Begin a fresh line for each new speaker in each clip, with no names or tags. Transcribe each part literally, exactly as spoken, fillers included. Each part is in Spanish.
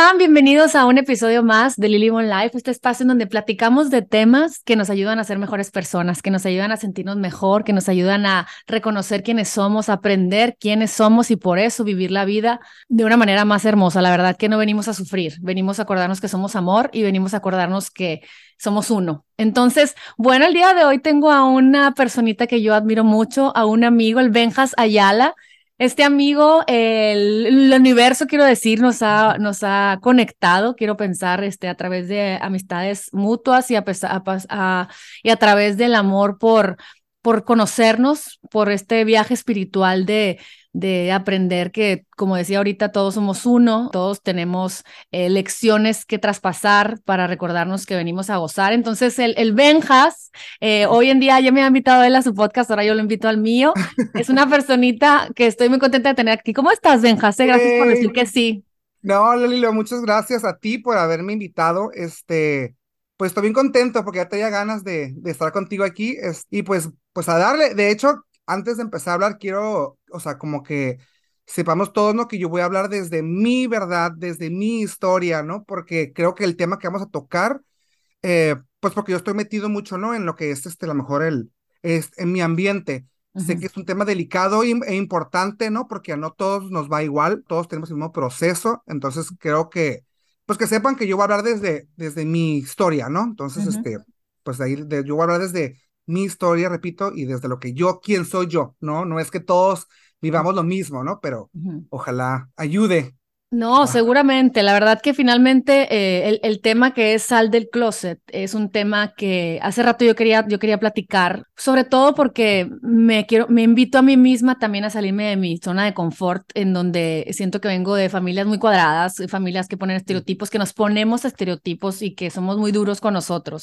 están? Bienvenidos a un episodio más de Lily One Life, este espacio en donde platicamos de temas que nos ayudan a ser mejores personas, que nos ayudan a sentirnos mejor, que nos ayudan a reconocer quiénes somos, a aprender quiénes somos y por eso vivir la vida de una manera más hermosa. La verdad que no venimos a sufrir, venimos a acordarnos que somos amor y venimos a acordarnos que somos uno. Entonces, bueno, el día de hoy tengo a una personita que yo admiro mucho, a un amigo, el Benjas Ayala. Este amigo, el, el universo, quiero decir, nos ha, nos ha conectado, quiero pensar, este, a través de amistades mutuas y a, pesa- a pas- a- y a través del amor por, por conocernos, por este viaje espiritual de, de aprender que, como decía ahorita, todos somos uno, todos tenemos eh, lecciones que traspasar para recordarnos que venimos a gozar. Entonces, el, el Benjas, eh, hoy en día ya me ha invitado él a su podcast, ahora yo lo invito al mío. Es una personita que estoy muy contenta de tener aquí. ¿Cómo estás, Benjase? Gracias por decir
Yay.
que sí.
No, Lilo, muchas gracias a ti por haberme invitado. Este, pues estoy bien contento porque ya tenía ganas de, de estar contigo aquí. Es- y pues, pues a darle. De hecho, antes de empezar a hablar, quiero, o sea, como que sepamos todos, ¿no? Que yo voy a hablar desde mi verdad, desde mi historia, ¿no? Porque creo que el tema que vamos a tocar, eh, pues porque yo estoy metido mucho, ¿no? En lo que es, este, a lo mejor el, es en mi ambiente. Sé
Ujú.
que es un tema delicado y- e importante, ¿no? Porque a no todos nos va igual, todos tenemos el mismo proceso, entonces creo que, pues que sepan que yo voy a hablar desde, desde mi historia, ¿no? Entonces,
Ujú.
este, pues de ahí, de- yo voy a hablar desde mi historia, repito, y desde lo que yo, quién soy yo, ¿no? No es que todos vivamos lo mismo, ¿no? Pero
Ujú.
ojalá ayude.
No,
Ah,
seguramente. La verdad que finalmente eh, el, el tema que es sal del closet es un tema que hace rato yo quería, yo quería platicar, sobre todo porque me quiero, me invito a mí misma también a salirme de mi zona de confort, en donde siento que vengo de familias muy cuadradas, familias que ponen
sí,
estereotipos, que nos ponemos estereotipos y que somos muy duros con nosotros.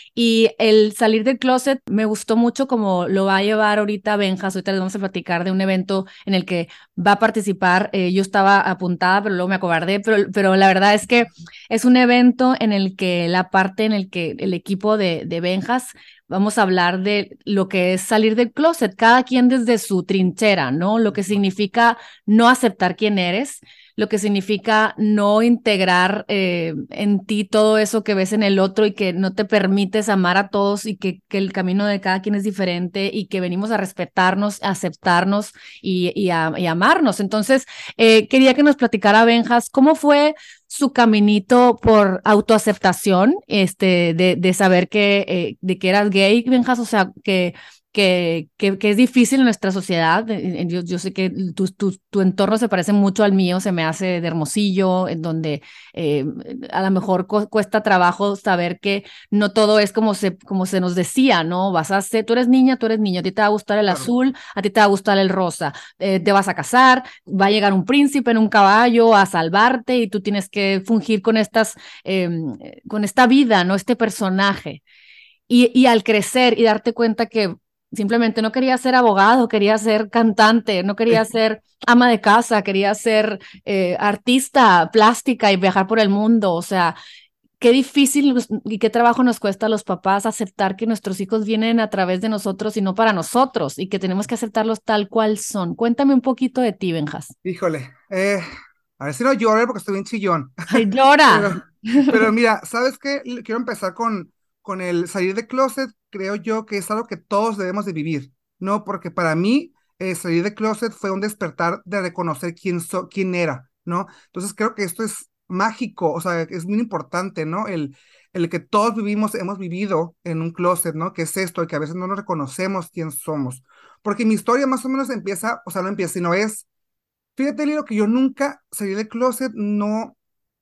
Y el salir del closet me gustó mucho como lo va a llevar ahorita Benjas. Ahorita les vamos a platicar de un evento en el que va a participar. Eh, yo estaba apuntada, pero luego me acobardé, pero, pero la verdad es que es un evento en el que la parte en el que el equipo de, de Benjas vamos a hablar de lo que es salir del closet, cada quien desde su trinchera, ¿no? Lo que significa no aceptar quién eres, lo que significa no integrar eh, en ti todo eso que ves en el otro y que no te permites amar a todos y que, que el camino de cada quien es diferente y que venimos a respetarnos, a aceptarnos y, y, a, y amarnos. Entonces, eh, quería que nos platicara Benjas, ¿cómo fue su caminito por autoaceptación, este, de, de saber que, eh, de que eras gay, Benjas? O sea, que que, que, que, es difícil en nuestra sociedad. Yo, yo sé que tu, tu, tu, entorno se parece mucho al mío, se me hace de Hermosillo, en donde eh, a lo mejor cu cuesta trabajo saber que no todo es como se, como se nos decía, ¿no? Vas a ser, tú eres niña, tú eres niño, a ti te va a gustar el
claro,
azul, a ti te va a gustar el rosa, eh, te vas a casar, va a llegar un príncipe en un caballo a salvarte y tú tienes que fungir con estas, eh, con esta vida, ¿no? Este personaje. Y, y al crecer y darte cuenta que simplemente no quería ser abogado, quería ser cantante, no quería
sí,
ser ama de casa, quería ser eh, artista plástica y viajar por el mundo. O sea, qué difícil y qué trabajo nos cuesta a los papás aceptar que nuestros hijos vienen a través de nosotros y no para nosotros y que tenemos que aceptarlos tal cual son. Cuéntame un poquito de ti, Benjas.
híjole, eh, a ver si no lloro porque estoy bien chillón.
Ay, llora.
Pero, pero mira, ¿sabes qué? L- Quiero empezar con, con el salir de closet. Creo yo que es algo que todos debemos de vivir, ¿no? Porque para mí, eh, salir de closet fue un despertar de reconocer quién, so, quién era, ¿no? Entonces creo que esto es mágico, o sea, es muy importante, ¿no? El, el que todos vivimos, hemos vivido en un closet, ¿no? Que es esto, y que a veces no nos reconocemos quién somos. Porque mi historia más o menos empieza, o sea, no empieza, sino es, fíjate, Lilo, que yo nunca salí de closet, no,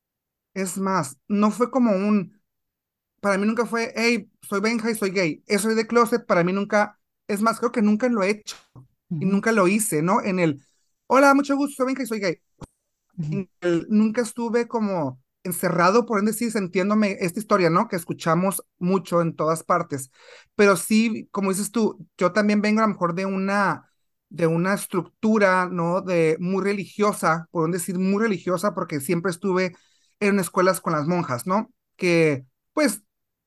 es más, no fue como un, para mí nunca fue, hey, soy Benja y soy gay. Eso de closet para mí nunca, es más, creo que nunca lo he hecho
Uh
y
-huh,
nunca lo hice, ¿no? En el, hola, mucho gusto, soy Benja y soy gay.
uh -huh,
En el, nunca estuve como encerrado, por decir, sintiéndome esta historia, ¿no? Que escuchamos mucho en todas partes. Pero sí, como dices tú, yo también vengo a lo mejor de una, de una estructura, ¿no? De muy religiosa, por decir muy religiosa, porque siempre estuve en escuelas con las monjas, ¿no? Que, pues,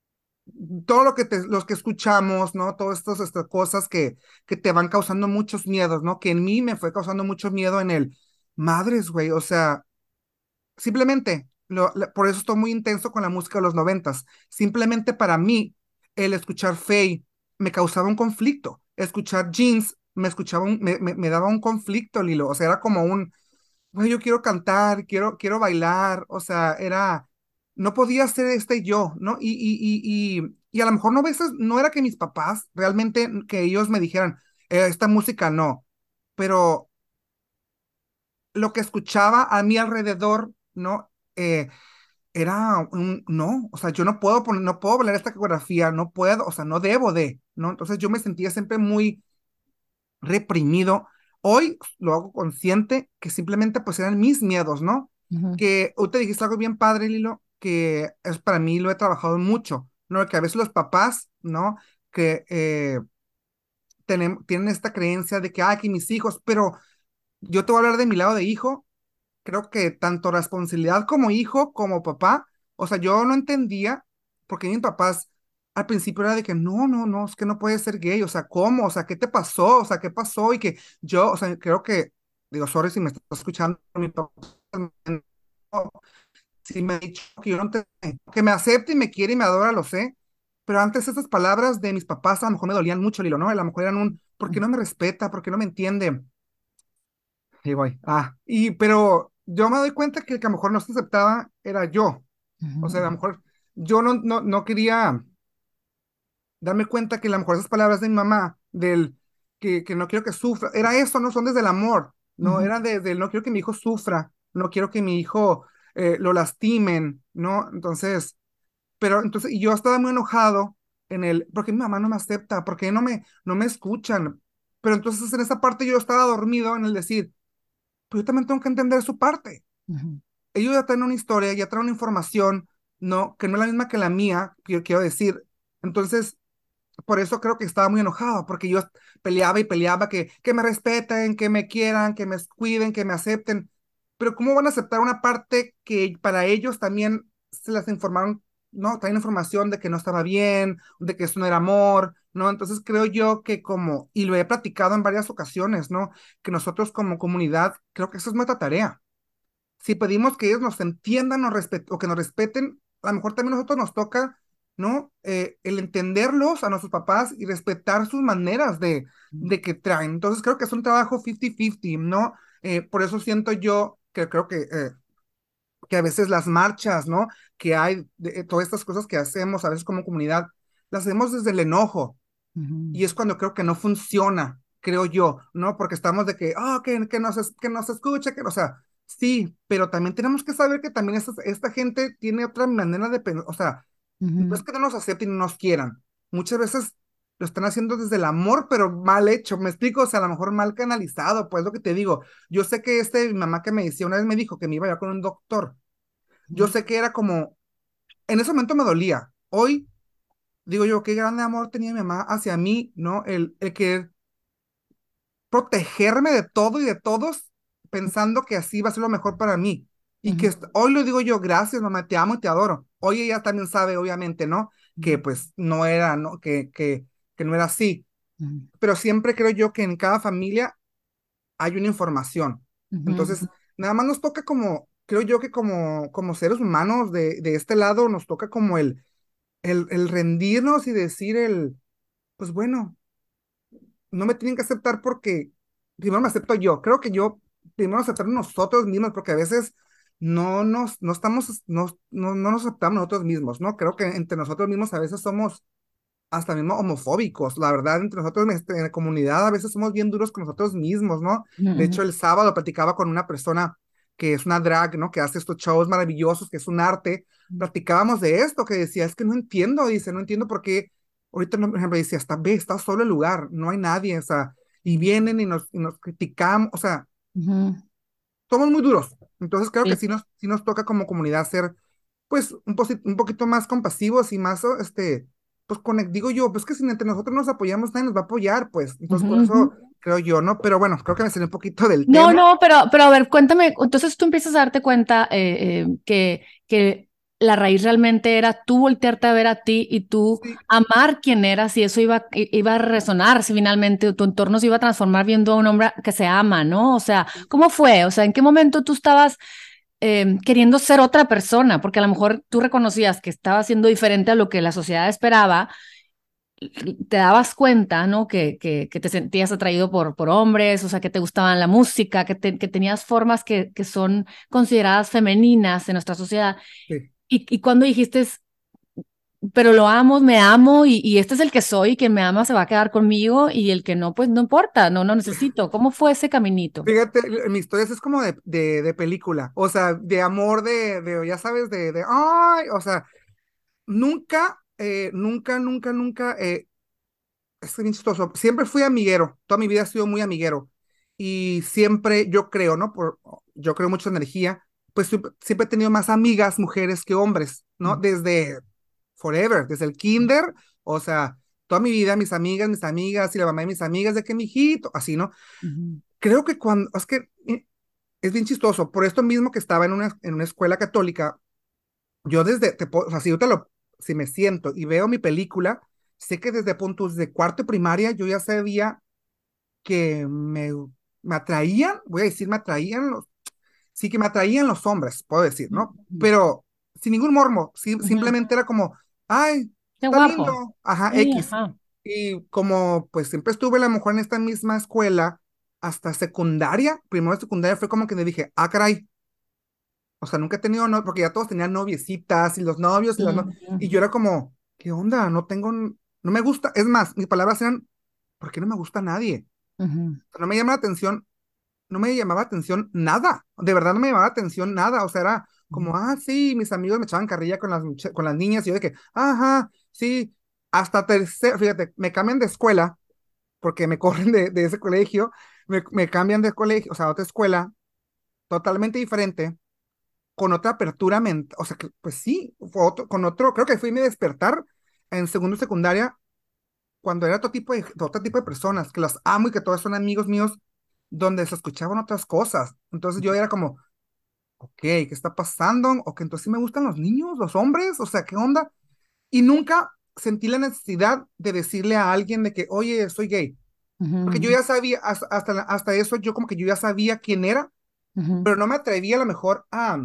todo lo que te, los que escuchamos, ¿no? Todas estas, estas cosas que, que te van causando muchos miedos, ¿no? Que en mí me fue causando mucho miedo en el, madres, güey, o sea, simplemente. lo- la- por eso estoy muy intenso con la música de los noventas. Simplemente para mí, el escuchar Faye me causaba un conflicto. Escuchar Jeans me escuchaba un- me, me- me daba un conflicto, Lilo. O sea, era como un, "Güey, yo quiero cantar, quiero, quiero bailar". O sea, era, no podía ser este yo, ¿no? Y, y, y, y, y a lo mejor no veces, no era que mis papás realmente, que ellos me dijeran, "Eh, esta música no", pero lo que escuchaba a mi alrededor, ¿no? Eh, era un, no, o sea, yo no puedo poner, no puedo bailar esta coreografía, no puedo, o sea, no debo de, ¿no? Entonces yo me sentía siempre muy reprimido. Hoy lo hago consciente que simplemente pues eran mis miedos, ¿no?
Ujú,
Que hoy te dijiste algo bien padre, Lilo, que es para mí, lo he trabajado mucho, ¿no? Que a veces los papás, ¿no? Que eh, tenem- tienen esta creencia de que, ah, que mis hijos, pero yo te voy a hablar de mi lado de hijo. Creo que tanto responsabilidad como hijo, como papá, o sea, yo no entendía, porque mis papás al principio era de que no, no, no, es que no puedes ser gay, o sea, ¿cómo? O sea, ¿qué te pasó? O sea, ¿qué pasó? Y que yo, o sea, creo que, digo, sorry si me estás escuchando, mi papá, no, si me ha dicho que yo no te, que me acepte y me quiere y me adora, lo sé, pero antes esas palabras de mis papás a lo mejor me dolían mucho, Lilo, ¿no? A lo mejor eran un, ¿por qué no me respeta? ¿Por qué no me entiende? Y voy, ah, y pero yo me doy cuenta que el que a lo mejor no se aceptaba era yo. O sea, a lo
ujú,
mejor yo no, no, no quería darme cuenta que a lo mejor esas palabras de mi mamá, del que, que no quiero que sufra, era eso, no son desde el amor, no,
ujú,
era desde el no quiero que mi hijo sufra, no quiero que mi hijo eh, lo lastimen, ¿no? Entonces, pero entonces, y yo estaba muy enojado en el, porque mi mamá no me acepta, porque no me, no me escuchan. Pero entonces en esa parte yo estaba dormido en el decir, pues yo también tengo que entender su parte.
ujú,
Ellos ya traen una historia, ya traen una información, no, que no es la misma que la mía, que yo quiero decir. Entonces, por eso creo que estaba muy enojado, porque yo peleaba y peleaba que, que me respeten, que me quieran, que me cuiden, que me acepten. Pero ¿cómo van a aceptar una parte que para ellos también se las informaron, no? Traen información de que no estaba bien, de que eso no era amor, ¿no? Entonces creo yo que como, y lo he platicado en varias ocasiones, ¿no? Que nosotros como comunidad, creo que eso es nuestra tarea. Si pedimos que ellos nos entiendan nos respet- o que nos respeten, a lo mejor también a nosotros nos toca, ¿no? Eh, el entenderlos a nuestros papás y respetar sus maneras de, de que traen. Entonces creo que es un trabajo cincuenta cincuenta, ¿no? Eh, por eso siento yo que creo que, eh, que a veces las marchas, ¿no? Que hay, de, eh, todas estas cosas que hacemos a veces como comunidad, las hacemos desde el enojo
ujú,
y es cuando creo que no funciona, creo yo, ¿no? Porque estamos de que, ah, que, que nos, es- que nos escuche, que, o sea, sí, pero también tenemos que saber que también esta, esta gente tiene otra manera de pensar, o sea, no es
ujú,
que no nos acepten y no nos quieran, muchas veces lo están haciendo desde el amor, pero mal hecho, ¿me explico? O sea, a lo mejor mal canalizado, pues lo que te digo, yo sé que este, mi mamá que me decía, una vez me dijo que me iba a ir con un doctor, yo
ujú,
sé que era como, en ese momento me dolía, hoy digo yo, qué grande amor tenía mi mamá hacia mí, ¿no? El, el que protegerme de todo y de todos, pensando que así va a ser lo mejor para mí. Y que
ujú,
est- hoy lo digo yo, gracias, mamá, te amo y te adoro. Hoy ella también sabe, obviamente, ¿no? Que pues no era, ¿no? Que, que, que no era así.
ujú,
Pero siempre creo yo que en cada familia hay una información.
ujú,
Entonces, nada más nos toca como, creo yo que como, como seres humanos de, de este lado, nos toca como el, el, el rendirnos y decir el, pues bueno, no me tienen que aceptar porque primero me acepto yo. Creo que yo primero aceptar nosotros mismos, porque a veces no nos, no estamos, no, no, no nos aceptamos nosotros mismos, ¿no? Creo que entre nosotros mismos a veces somos hasta mismo homofóbicos, la verdad, entre nosotros este, en la comunidad a veces somos bien duros con nosotros mismos, ¿no? De
ujú,
hecho, el sábado platicaba con una persona que es una drag, ¿no? Que hace estos shows maravillosos, que es un arte. Platicábamos de esto, que decía, es que no entiendo, dice, no entiendo por qué, ahorita, no, por ejemplo, dice, hasta ve, está solo el lugar, no hay nadie, o sea, y
ujú,
vienen y nos, y nos criticamos, o sea,
ujú.
somos muy duros. Entonces creo que
Sí.
sí nos, sí nos toca como comunidad ser, pues, un, posi- un poquito más compasivos y más, oh, este, pues, conec- digo yo, pues que si entre nosotros nos apoyamos, nadie nos va a apoyar, pues. Entonces por
Ujú, ujú.
eso creo yo, ¿no? Pero bueno, creo que me salió un poquito del
No,
tema.
no, pero, pero a ver, cuéntame, entonces tú empiezas a darte cuenta eh, eh, que, que la raíz realmente era tú voltearte a ver a ti y tú
Sí,
amar quién eras y eso iba, i- iba a resonar si finalmente tu entorno se iba a transformar viendo a un hombre que se ama, ¿no? O sea,
sí,
¿cómo fue? O sea, ¿en qué momento tú estabas eh, queriendo ser otra persona, porque a lo mejor tú reconocías que estaba siendo diferente a lo que la sociedad esperaba, te dabas cuenta, ¿no? Que, que, que te sentías atraído por, por hombres, o sea, que te gustaban la música, que, te, que tenías formas que, que son consideradas femeninas en nuestra sociedad.
Sí.
Y, y cuando dijiste, pero lo amo, me amo y, y este es el que soy, y quien me ama se va a quedar conmigo y el que no, pues no importa, no, no necesito. ¿Cómo fue ese caminito?
Fíjate, l- mi historia es como de, de, de película, o sea, de amor, de, de ya sabes, de, de, ay, o sea, nunca, eh, nunca, nunca, nunca, eh, es bien chistoso, siempre fui amiguero, toda mi vida he sido muy amiguero, y siempre, yo creo, ¿no? Por, yo creo mucho en energía, pues siempre, siempre he tenido más amigas mujeres que hombres, ¿no? Desde forever, desde el kinder, o sea, toda mi vida, mis amigas, mis amigas, y la mamá de mis amigas, de que mi hijito, así, ¿no?
Ujú,
Creo que cuando, es que eh, es bien chistoso, por esto mismo que estaba en una, en una escuela católica, yo desde, te puedo- o sea, si yo te lo, si me siento y veo mi película, sé que desde puntos de cuarto de primaria yo ya sabía que me, me atraían, voy a decir, me atraían los, sí que me atraían los hombres, puedo decir, ¿no?
ujú,
Pero sin ningún morbo, sí,
ujú.
simplemente era como, ay,
Qué
está lindo,
guapo.
ajá,
Sí,
X.
ajá.
Y como pues siempre estuve a lo mejor en esta misma escuela, hasta secundaria, primero de secundaria fue como que me dije, ah, caray, o sea, nunca he tenido, no, porque ya todos tenían noviecitas y los novios y las no,
Ujú,
y yo era como, ¿qué onda? No tengo, n- no me gusta, es más, mis palabras eran, ¿por qué no me gusta nadie?
ujú,
No me llama la atención, no me llamaba la atención nada, de verdad no me llamaba la atención nada, o sea, era
ujú,
como, ah, sí, mis amigos me echaban carrilla con las, mucha- con las niñas y yo de que, ajá, sí, hasta tercer, fíjate, me cambian de escuela porque me corren de, de ese colegio, me, me cambian de colegio, o sea, a otra escuela totalmente diferente, con otra apertura mental, o sea, que, pues sí, fue otro, con otro, creo que fui mi despertar en segundo y secundaria, cuando era otro tipo de, otro tipo de personas, que los amo y que todos son amigos míos, donde se escuchaban otras cosas. Entonces yo era como, ok, ¿qué está pasando? O que entonces sí me gustan los niños, los hombres, o sea, ¿qué onda? Y nunca sentí la necesidad de decirle a alguien de que, oye, soy gay. Porque yo
ujú,
ya sabía, hasta, hasta, hasta eso, yo como que yo ya sabía quién era,
ujú,
pero no me atrevía a lo mejor a...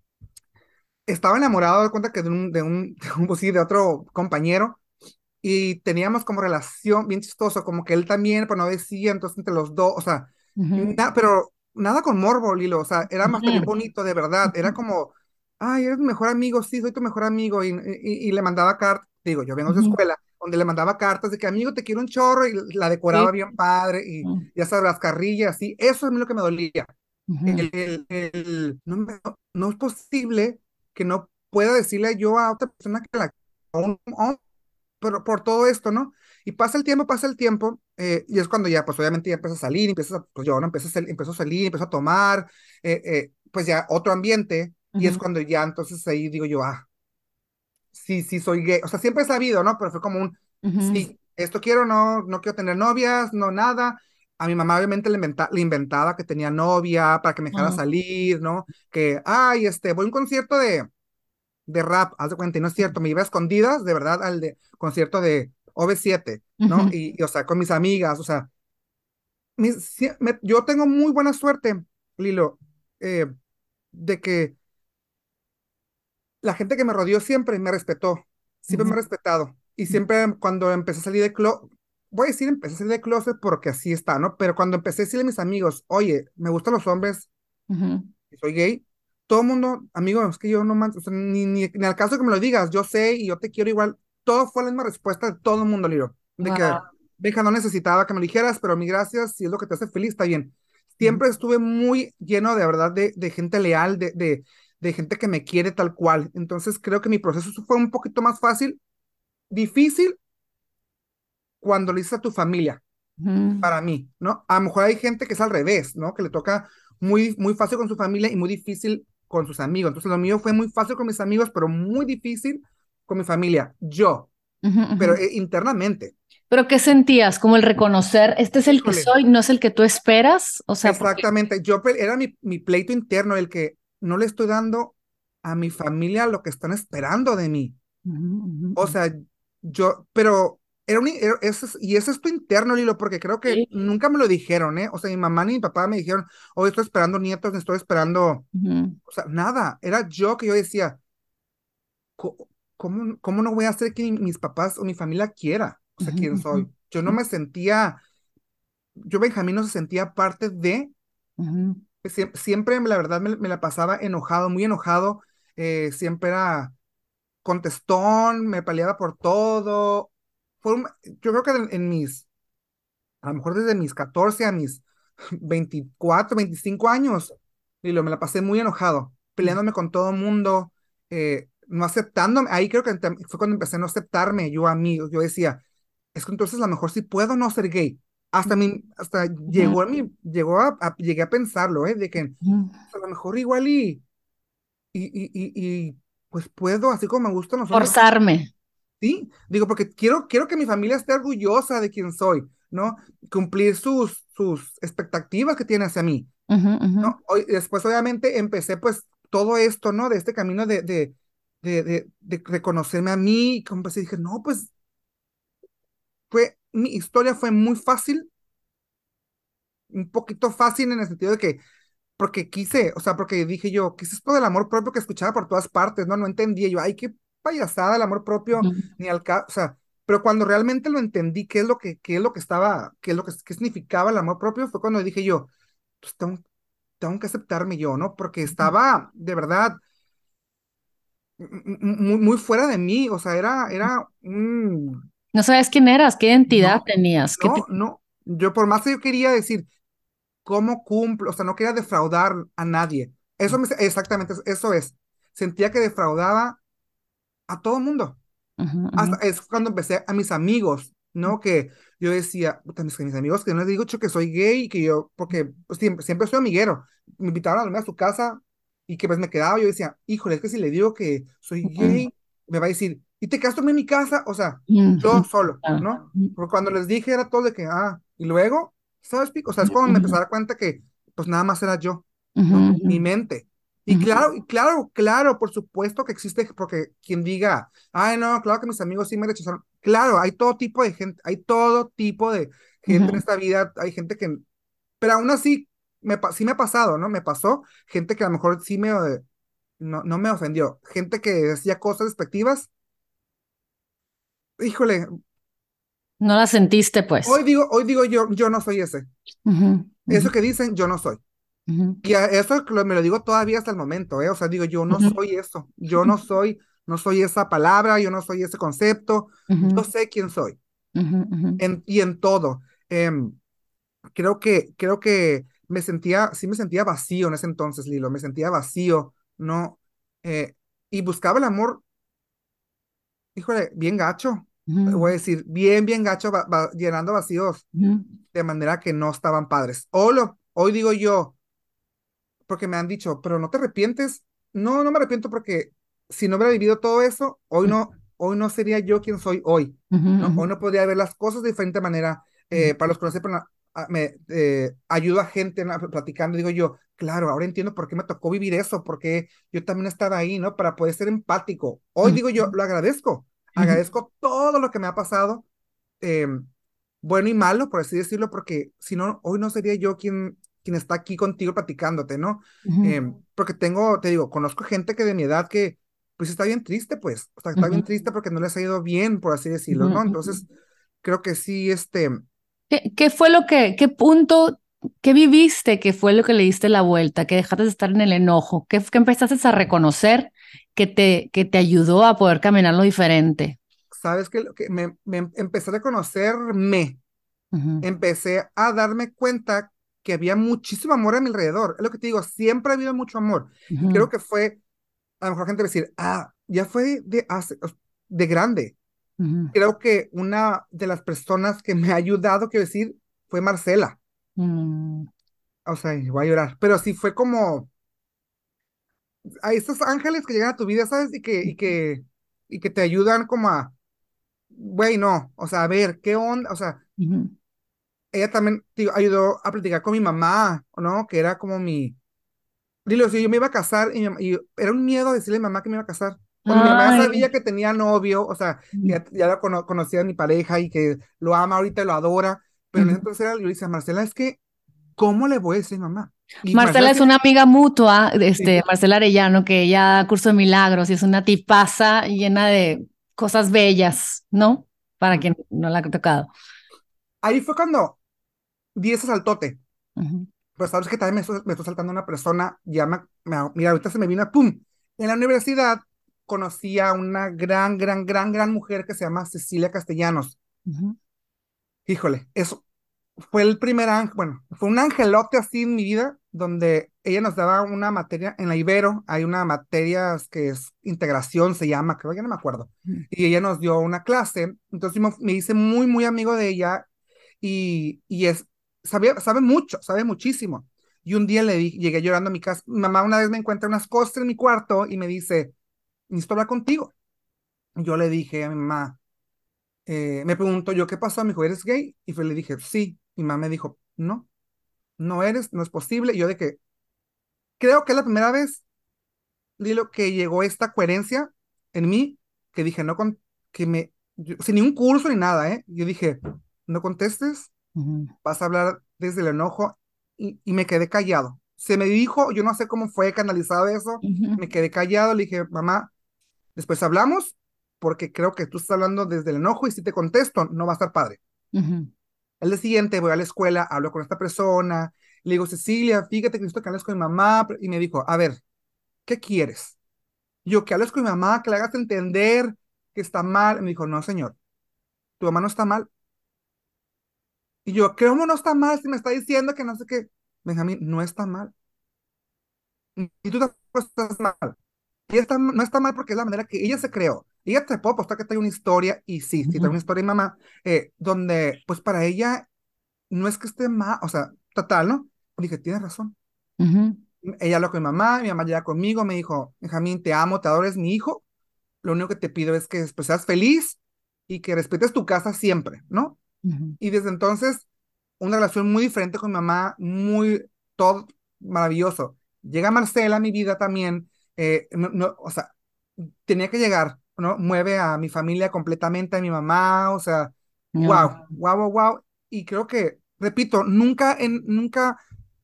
Estaba enamorado de cuenta que de un, de un, de un, pues sí, de otro compañero, y teníamos como relación bien chistoso, como que él también, pero no decía, entonces entre los dos, o sea,
ujú,
na- pero nada con morbo, Lilo, o sea, era más bien
ujú,
bonito, de verdad, era como, ay, eres mi mejor amigo, sí, soy tu mejor amigo, y, y, y le mandaba cartas, digo, yo vengo de
ujú.
escuela, donde le mandaba cartas de que, amigo, te quiero un chorro, y la decoraba
Sí.
bien padre, y
Ujú,
ya sabes, las carrillas, así, eso es lo que me dolía,
ujú,
el, el, el- no, me- no es posible que no pueda decirle yo a otra persona que la, a un, por, por todo esto, ¿no? Y pasa el tiempo, pasa el tiempo, eh, y es cuando ya, pues obviamente ya empieza a salir, empiezas a, pues yo, ¿no? Empiezo a, sal- empiezo a salir, empiezo a tomar, eh, eh, pues ya otro ambiente, y es
ujú,
cuando ya entonces ahí digo yo, ah, sí, sí soy gay, o sea, siempre he sabido, ¿no? Pero fue como un,
ujú,
sí, esto quiero, no, no quiero tener novias, no nada. A mi mamá obviamente le, inventa- le inventaba que tenía novia para que me dejara
ujú,
salir, ¿no? Que, ay, este, voy a un concierto de, de rap, haz de cuenta, y no es cierto, me iba a escondidas, de verdad, al de concierto de O V siete, ¿no?
ujú,
Y, y, o sea, con mis amigas, o sea, mis- sí, me- yo tengo muy buena suerte, Lilo, eh, de que la gente que me rodeó siempre me respetó, siempre me ha
ujú,
respetado, y siempre cuando empecé a salir de closet, voy a decir, empecé a salir de closet porque así está, ¿no? Pero cuando empecé a decirle a mis amigos, oye, me gustan los hombres,
ujú,
y soy gay, todo el mundo, amigo, es que yo no man, o sea, ni, ni, ni al caso que me lo digas, yo sé y yo te quiero igual. Todo fue la misma respuesta de todo el mundo, Liro. De que,
guau,
venga, no necesitaba que me lo dijeras, pero mi gracias, si es lo que te hace feliz, está bien.
ujú,
Siempre estuve muy lleno de verdad de, de gente leal, de, de, de gente que me quiere tal cual. Entonces creo que mi proceso fue un poquito más fácil, difícil cuando lo dices a tu familia
ujú,
para mí, ¿no? A lo mejor hay gente que es al revés, ¿no? Que le toca muy, muy fácil con su familia y muy difícil con sus amigos. Entonces lo mío fue muy fácil con mis amigos, pero muy difícil con mi familia. Yo,
ujú,
pero
ujú.
eh, internamente.
Pero ¿qué sentías? Como el reconocer, este es el que
Híjole,
soy, no es el que tú esperas. O sea, porque...
exactamente. Yo pe- era mi, mi pleito interno, el que no le estoy dando a mi familia lo que están esperando de mí.
Ujú, ujú,
O sea, yo, pero era un, era- eso es- y eso es tu interno, Lilo, porque creo que
Sí.
nunca me lo dijeron, ¿eh? O sea, mi mamá ni mi papá me dijeron, hoy estoy esperando nietos, ni estoy esperando,
Ujú,
o sea, nada, era yo que yo decía, "Co- ¿cómo, cómo no voy a hacer que mis papás o mi familia quiera? O sea,
ujú,
quién
ujú,
soy. Yo no me sentía, yo Benjamín no se sentía parte de,
ujú,
siem- siempre, la verdad me, me la pasaba enojado, muy enojado, eh, siempre era contestón, me peleaba por todo. Fue un- yo creo que en, en mis, a lo mejor desde mis catorce a mis veinticuatro veinticinco años, y lo me la pasé muy enojado,
ujú,
peleándome con todo el mundo, eh, no aceptándome. Ahí creo que ent- fue cuando empecé a no aceptarme yo a mí. Yo decía, es que entonces a lo mejor sí puedo no ser gay. Hasta mi, hasta
ujú,
llegó a mi, llegó a, a- llegué a pensarlo, ¿eh? De que
ujú.
a lo mejor igual y, y, y, y, y, pues puedo, así como me gustan los hombres.
Forzarme.
Sí, digo, porque quiero, quiero que mi familia esté orgullosa de quién soy, ¿no? Cumplir sus, sus expectativas que tiene hacia mí,
Ujú, ujú,
¿no? Hoy, después, obviamente, empecé, pues, todo esto, ¿no? De este camino de, de, de, de, de reconocerme a mí, y como pues, dije, no, pues, fue, mi historia fue muy fácil, un poquito fácil en el sentido de que porque quise, o sea, porque dije yo, ¿qué es esto del amor propio que escuchaba por todas partes? No, no entendía yo, ay, qué payasada el amor propio,
ujú,
ni al caso, o sea, pero cuando realmente lo entendí, qué es lo que, qué es lo que estaba, qué es lo que, qué significaba el amor propio, fue cuando dije yo, pues tengo, tengo que aceptarme yo, ¿no? Porque estaba, de verdad, m- m- muy, muy fuera de mí, o sea, era, era un,
no sabes quién eras, qué identidad
no,
tenías, qué
no,
te...
no, yo por más que yo quería decir, ¿cómo cumplo? O sea, no quería defraudar a nadie. Eso me, exactamente, eso es. Sentía que defraudaba a todo mundo.
Ujú, ujú,
Hasta es cuando empecé a mis amigos, ¿no? Que yo decía, puta, mis, mis amigos, que no les digo cho que soy gay y que yo, porque pues, siempre, siempre soy amiguero. Me invitaron a dormir a su casa y que pues me quedaba, yo decía, híjole, es que si le digo que soy
ujú,
gay, me va a decir, ¿y te quedaste en mi casa? O sea,
ujú,
yo solo,
claro.
¿no?
Ujú,
Porque cuando les dije era todo de que, ah, y luego, ¿sabes, Pico? O sea, es cuando me empecé
ujú,
a dar cuenta que pues nada más era yo,
ujú,
¿no?
ujú,
Mi mente. Y
ujú,
claro, y claro, claro, por supuesto que existe, porque quien diga, ay, no, claro que mis amigos sí me rechazaron. Claro, hay todo tipo de gente, hay todo tipo de gente en
ujú,
esta vida, hay gente que, pero aún así, me, pa- sí me ha pasado, ¿no? Me pasó, gente que a lo mejor sí me, eh, no, no me ofendió, gente que decía cosas despectivas, híjole,
no la sentiste,
hoy
pues.
digo, hoy digo yo, yo no soy ese,
Ujú, ujú,
eso que dicen, yo no soy.
ujú,
Y a eso que lo- me lo digo todavía hasta el momento, ¿eh? O sea, digo, yo no
ujú,
soy eso, yo no soy, no soy esa palabra, yo no soy ese concepto, yo
ujú,
sé quién soy,
ujú, ujú,
en, y en todo. Em, creo que, creo que me sentía, sí me sentía vacío en ese entonces, Lilo, me sentía vacío, ¿no? Eh, y buscaba el amor, híjole, bien gacho, voy a
ujú,
decir, bien, bien gacho, va- va- llenando vacíos
ujú,
de manera que no estaban padres. Hoy, lo, hoy digo yo, porque me han dicho, pero no te arrepientes. No, no me arrepiento porque si no hubiera vivido todo eso, hoy no, hoy no sería yo quien soy hoy,
ujú,
¿no?
ujú,
Hoy no podría ver las cosas de diferente manera.
ujú,
Eh, para los que no sepan, a- a- me eh, ayuda a gente ¿no? platicando, digo yo, claro, ahora entiendo por qué me tocó vivir eso, porque yo también estaba ahí, ¿no? Para poder ser empático. Hoy
ujú,
digo yo, lo agradezco, agradezco todo lo que me ha pasado, eh, bueno y malo, por así decirlo, porque si no, hoy no sería yo quien, quien está aquí contigo platicándote, ¿no?
ujú,
Em, porque tengo, te digo, conozco gente que de mi edad que, pues está bien triste, pues, o sea, está
ujú,
bien triste porque no les ha ido bien, por así decirlo,
ujú,
¿no?
ujú.
Entonces, creo que sí, este,
¿Qué, qué fue lo que, qué punto, qué viviste que fue lo que le diste la vuelta, que dejaste de estar en el enojo, qué, qué empezaste a reconocer que te, que te ayudó a poder caminar lo diferente?
sabes que, lo que me, me empecé a reconocerme,
Ujú,
empecé a darme cuenta que había muchísimo amor a mi alrededor. Es lo que te digo, siempre ha habido mucho amor. Y
ujú,
creo que fue, a lo mejor gente va a decir, ah, ya fue de, hace, de grande.
ujú,
Creo que una de las personas que me ha ayudado, quiero decir, fue Marcela.
mm,
O sea, y voy a llorar. Pero sí fue como a estos ángeles que llegan a tu vida, ¿sabes? Y que, y que, y que te ayudan como a, güey, no, o sea, a ver, ¿qué onda? O sea,
ujú,
ella también tío, ayudó a platicar con mi mamá, ¿no? Que era como mi... Dile, si yo me iba a casar y, mi- y era un miedo decirle a mi mamá que me iba a casar. Cuando mi mamá
Ay.
sabía que tenía novio, o sea, que ya, ya lo cono- conocía a mi pareja y que lo ama ahorita y lo adora, pero en ese
Ujú.
entonces era, yo le decía, Marcela, es que, ¿cómo le voy a decir a mi mamá? Y Marcela
Marcela es
sí,
una amiga mutua,
sí,
este, Marcela Arellano, que ella da curso de milagros y es una tipaza llena de cosas bellas, ¿no? Para
ujú.
quien no la ha tocado.
Ahí fue cuando di ese saltote.
Ujú,
Pero sabes que también me estoy, me estoy saltando una persona, ya me, me- mira, ahorita se me vino, ¡pum! En la universidad conocí a una gran, gran, gran, gran mujer que se llama Cecilia Castellanos.
ujú,
Híjole, eso fue el primer ángel, bueno, fue un angelote así en mi vida, donde ella nos daba una materia, en la Ibero hay una materia que es integración, se llama, creo, ya no me acuerdo,
ujú,
y ella nos dio una clase, entonces yo me, me hice muy, muy amigo de ella, y, y es, sabe, sabe mucho, sabe muchísimo, y un día le di, llegué llorando a mi casa, mi mamá una vez me encuentra unas cosas en mi cuarto, y me dice, necesito hablar contigo, yo le dije a mi mamá, eh, me preguntó yo, ¿qué pasó? Me dijo, ¿eres gay? Y fue, le dije, sí. Mi mamá me dijo, no, no eres, no es posible. Y yo de que, creo que es la primera vez, Lilo, que llegó esta coherencia en mí, que dije, no, con, que me, yo- sin ningún curso ni nada, ¿eh? Yo dije, no contestes,
ujú,
vas a hablar desde el enojo, y, y me quedé callado. Se me dijo, yo no sé cómo fue canalizado eso,
ujú,
me quedé callado, le dije, mamá, después hablamos, porque creo que tú estás hablando desde el enojo y si te contesto, no va a estar padre.
ujú,
Al día siguiente voy a la escuela, hablo con esta persona, le digo, Cecilia, fíjate que necesito que hables con mi mamá, y me dijo, a ver, ¿qué quieres? Yo, que hables con mi mamá, que le hagas entender que está mal. Me dijo, no, señor, tu mamá no está mal. Y yo, ¿cómo no está mal si me está diciendo que no sé qué? Benjamín, no está mal. Y tú tampoco estás mal. Ella está, no está mal porque es la manera que ella se creó. Ella te puedo apostar que trae una historia, y sí, sí, trae
ujú,
una historia de mamá, eh, donde, pues para ella, no es que esté mal, o sea, total, ¿no? Dije, tienes razón.
ujú,
Ella habló con mi mamá, mi mamá llega conmigo, me dijo, Benjamín, te amo, te adoro, es mi hijo, lo único que te pido es que pues, seas feliz y que respetes tu casa siempre, ¿no?
ujú,
Y desde entonces, una relación muy diferente con mi mamá, muy, todo maravilloso. Llega Marcela a mi vida también, eh, no, no, o sea, tenía que llegar, ¿no? Mueve a mi familia completamente, a mi mamá, o sea,
no,
wow, wow, wow, wow. Y creo que, repito, nunca, en, nunca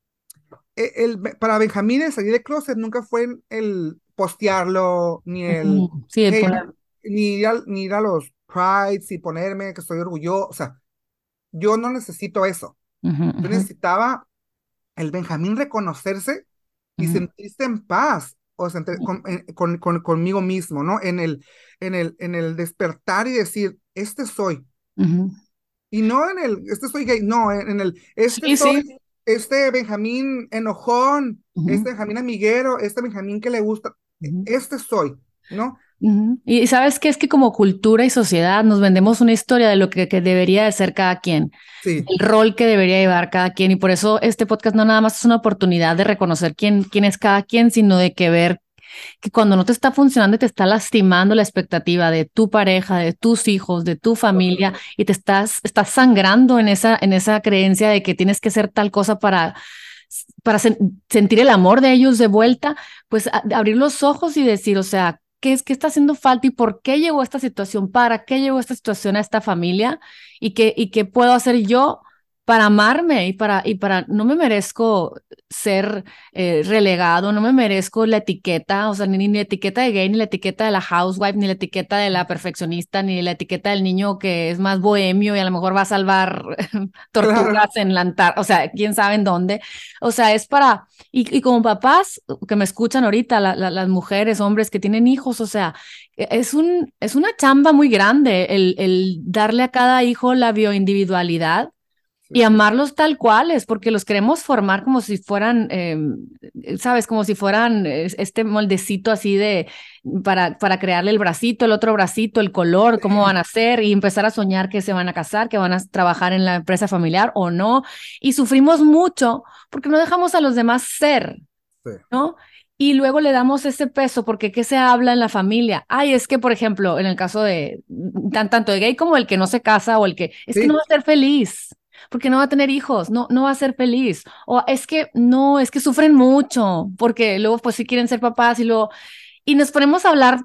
e- el, para Benjamín el salir de closet nunca fue el, el postearlo, ni el,
ujú. Sí,
hey,
poner,
ni ir, al- ni ir a los prides y ponerme que estoy orgulloso. O sea, yo no necesito eso.
ujú,
Yo
ujú,
necesitaba el Benjamín reconocerse y
ujú,
sentirse en paz, o sea, entre- con, en- con- con- conmigo mismo, ¿no? En el, en el, en el despertar y decir, este soy.
ujú.
Y no en el, este soy gay, no, en, en el, este
Sí,
soy,
sí.
este Benjamín enojón,
Ujú,
este Benjamín amiguero, este Benjamín que le gusta, e-
ujú.
este soy, ¿no?
Ujú. Y sabes qué es que como cultura y sociedad nos vendemos una historia de lo que, que debería de ser cada quien,
Sí,
el rol que debería llevar cada quien. Y por eso este podcast no nada más es una oportunidad de reconocer quién, quién es cada quien, sino de que ver que cuando no te está funcionando y te está lastimando la expectativa de tu pareja, de tus hijos, de tu familia, y te estás, estás sangrando en esa, en esa creencia de que tienes que ser tal cosa para, para sen- sentir el amor de ellos de vuelta, pues a- abrir los ojos y decir, o sea, ¿qué es, qué está haciendo falta y por qué llegó esta situación? ¿Para qué llegó esta situación a esta familia? ¿Y qué, y qué puedo hacer yo para amarme y para, y para, no me merezco ser eh, relegado, no me merezco la etiqueta, o sea, ni, ni la etiqueta de gay, ni la etiqueta de la housewife, ni la etiqueta de la perfeccionista, ni la etiqueta del niño que es más bohemio y a lo mejor va a salvar
claro,
tortugas en la Antártida, o sea, quién sabe en dónde. O sea, es para, y, y como papás que me escuchan ahorita, la, la, las mujeres, hombres que tienen hijos, o sea, es, un, es una chamba muy grande el, el darle a cada hijo la bioindividualidad
sí,
y amarlos tal cuales, porque los queremos formar como si fueran, eh, ¿sabes? Como si fueran eh, este moldecito así de, para, para crearle el bracito, el otro bracito, el color, cómo van a ser y empezar a soñar que se van a casar, que van a trabajar en la empresa familiar o no. Y sufrimos mucho porque no dejamos a los demás ser,
sí,
¿no? Y luego le damos ese peso, porque ¿qué se habla en la familia? Ay, es que, por ejemplo, en el caso de tan, tanto de gay como el que no se casa o el que es que no va
sí,
a ser feliz, porque no va a tener hijos, no, no va a ser feliz. O es que no, es que sufren mucho, porque luego pues sí quieren ser papás y luego, y nos ponemos a hablar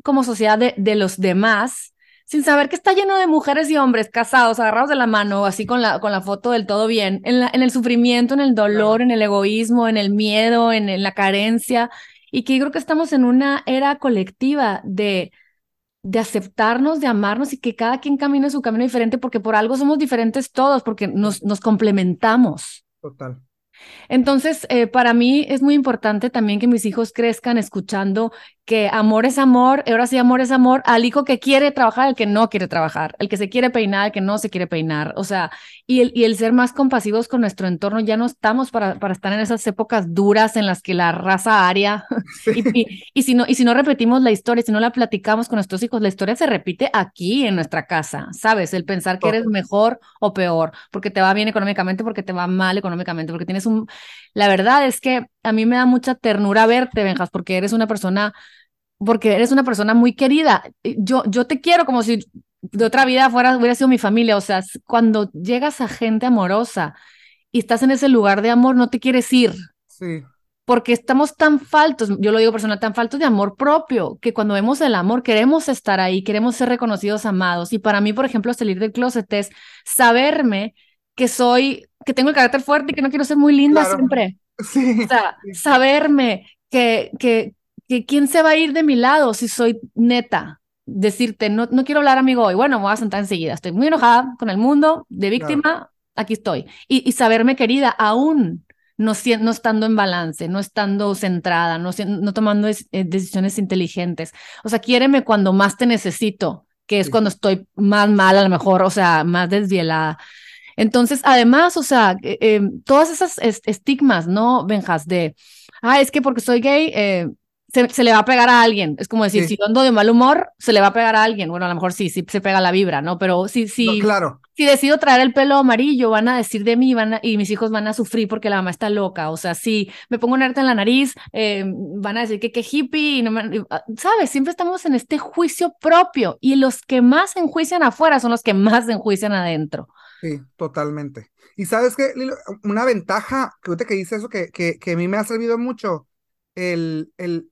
como sociedad de, de los demás, sin saber que está lleno de mujeres y hombres casados, agarrados de la mano, así con la, con la foto del todo bien, en, la, en el sufrimiento, en el dolor,
Claro,
en el egoísmo, en el miedo, en, en la carencia, y que yo creo que estamos en una era colectiva de, de aceptarnos, de amarnos y que cada quien camine su camino diferente, porque por algo somos diferentes todos, porque
sí,
nos, nos complementamos.
total.
Entonces, eh, para mí es muy importante también que mis hijos crezcan escuchando que amor es amor, y ahora sí amor es amor, al hijo que quiere trabajar, al que no quiere trabajar, el que se quiere peinar, el que no se quiere peinar, o sea, y el, y el ser más compasivos con nuestro entorno, ya no estamos para, para estar en esas épocas duras en las que la raza aria, y,
Sí,
y, y, si no, y si no repetimos la historia, si no la platicamos con nuestros hijos, la historia se repite aquí en nuestra casa, ¿sabes? El pensar que eres
to-
mejor o peor, porque te va bien económicamente, porque te va mal económicamente, porque tienes un la verdad es que a mí me da mucha ternura verte, Benjas, porque eres una persona, porque eres una persona muy querida. Yo, yo te quiero como si de otra vida fuera, hubiera sido mi familia. O sea, cuando llegas a gente amorosa y estás en ese lugar de amor, no te quieres ir,
sí,
porque estamos tan faltos, yo lo digo personal, tan faltos de amor propio, que cuando vemos el amor queremos estar ahí, queremos ser reconocidos, amados. Y para mí, por ejemplo, salir del closet es saberme que soy, que tengo el carácter fuerte y que no quiero ser muy linda
claro,
siempre. O
sí,
sea,
sí,
saberme que, que, que quién se va a ir de mi lado si soy neta. Decirte, no, no quiero hablar, amigo, y bueno, me voy a sentar enseguida. Estoy muy enojada con el mundo, de
claro,
víctima, aquí estoy. Y, y saberme querida, aún no, no estando en balance, no estando centrada, no, no tomando es, eh, decisiones inteligentes. O sea, quiéreme cuando más te necesito, que es
sí,
cuando estoy más mal, a lo mejor, o sea, más desvielada. Entonces, además, o sea, eh, eh, todas esas est estigmas, ¿no, Benjas? De, ah, es que porque soy gay, eh, se, se, le va a pegar a alguien. Es como decir, si
sí,
yo ando de mal humor, se le va a pegar a alguien. Bueno, a lo mejor sí, sí se pega la vibra, ¿no? Pero si,
no,
si,
claro,
si decido traer el pelo amarillo, van a decir de mí van a, y mis hijos van a sufrir porque la mamá está loca. O sea, si me pongo un arte en la nariz, eh, van a decir que qué hippie, y no me, ¿sabes? Siempre estamos en este juicio propio y los que más se enjuician afuera son los que más se enjuician adentro.
sí, totalmente. Y sabes qué, Lilo, una ventaja que ahorita que dice eso que, que, que a mí me ha servido mucho, el, el,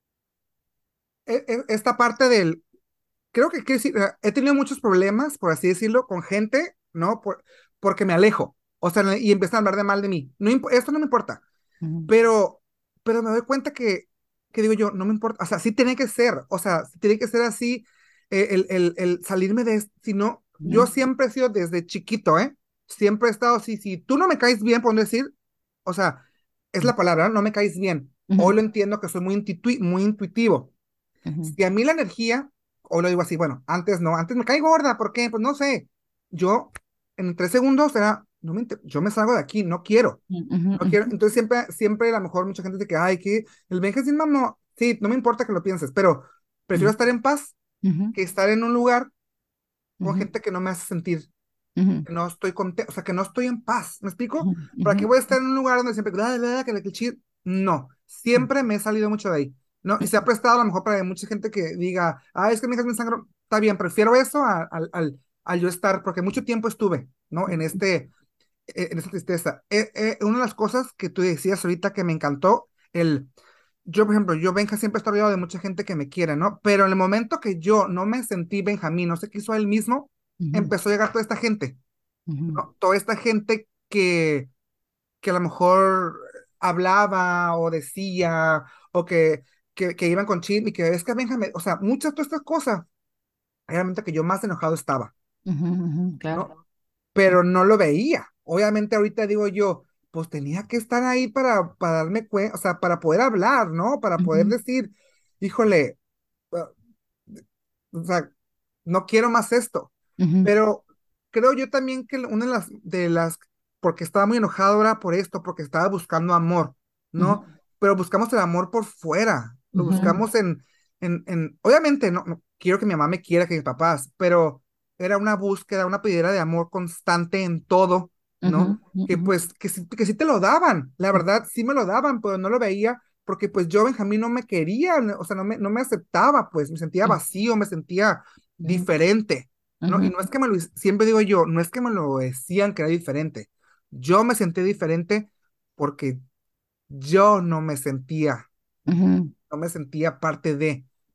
e- e- esta parte del, creo que quiero decir, eh, he tenido muchos problemas, por así decirlo, con gente, ¿no? Por, porque me alejo, o sea, y empiezan a hablar de mal de mí. No, imp- esto no me importa,
Ujú.
pero, pero me doy cuenta que, que digo yo, no me importa, o sea, sí tiene que ser, o sea, sí tiene que ser así, eh, el, el, el salirme de esto, si no, yo
Ujú.
siempre he sido desde chiquito, ¿eh? Siempre he estado así, si tú no me caes bien, por no decir, o sea, es la palabra, ¿no? No me caes bien.
Ujú.
Hoy lo entiendo que soy muy, intuiti- muy intuitivo.
Ujú.
Si a mí la energía, hoy lo digo así, bueno, antes no, antes me cae gorda, ¿por qué? Pues no sé, yo en tres segundos era, no me, inter- yo me salgo de aquí, no quiero.
Ujú.
No quiero,
Ujú.
entonces siempre, siempre a lo mejor mucha gente dice que, ay, que el Benja sin mamá, sí, no me importa que lo pienses, pero prefiero estar en paz
Ujú.
que estar en un lugar con
Ujú.
gente que no me hace sentir
Ujú.
que no estoy contento, o sea, que no estoy en paz, ¿me explico?
Ujú.
¿Para qué
Ujú.
voy a estar en un lugar donde siempre, "Ah, ah, que la que chir-". No, siempre me he salido mucho de ahí, ¿no? Y se ha prestado a lo mejor para mucha gente que diga, ah, es que mi hija es mi sangre, está bien, prefiero eso a- al, al, al yo estar, porque mucho tiempo estuve, ¿no? En este, eh, en esta tristeza. Eh, eh, una de las cosas que tú decías ahorita que me encantó, el, yo, por ejemplo, yo, Benja, siempre estoy rodeado de mucha gente que me quiere, ¿no? Pero en el momento que yo no me sentí Benjamín, no se quiso a él mismo,
Ujú.
empezó a llegar toda esta gente,
Ujú.
¿no? Toda esta gente que, que a lo mejor hablaba o decía o que, que, que iban con Chip y que es que Benjamín, o sea, muchas de estas cosas, realmente que yo más enojado estaba,
Ujú. Ujú. Claro.
¿no? Pero no lo veía. Obviamente ahorita digo yo, pues tenía que estar ahí para, para darme cuenta, o sea, para poder hablar, ¿no? Para poder
Ujú.
decir, híjole, uh, o sea, no quiero más esto.
Ujú.
Pero creo yo también que una de las, de las, porque estaba muy enojado ahora por esto, porque estaba buscando amor,
Ujú.
¿no? Pero buscamos el amor por fuera, lo
Ujú.
buscamos en, en, en, obviamente no, no quiero que mi mamá me quiera, que mis papás, pero era una búsqueda, una pedidera de amor constante en todo,
Ujú.
¿no? Que
Ujú.
pues, que, sí- que sí te lo daban, la verdad, sí me lo daban, pero no lo veía porque pues yo, Benjamín, no me quería, o sea, no me, no me aceptaba, pues me sentía vacío, me sentía
Ujú.
diferente, ¿no? Y
Ujú.
no es que me lo, siempre digo yo, no es que me lo decían que era diferente, yo me sentí diferente porque yo no me sentía,
Ujú.
no me sentía parte de.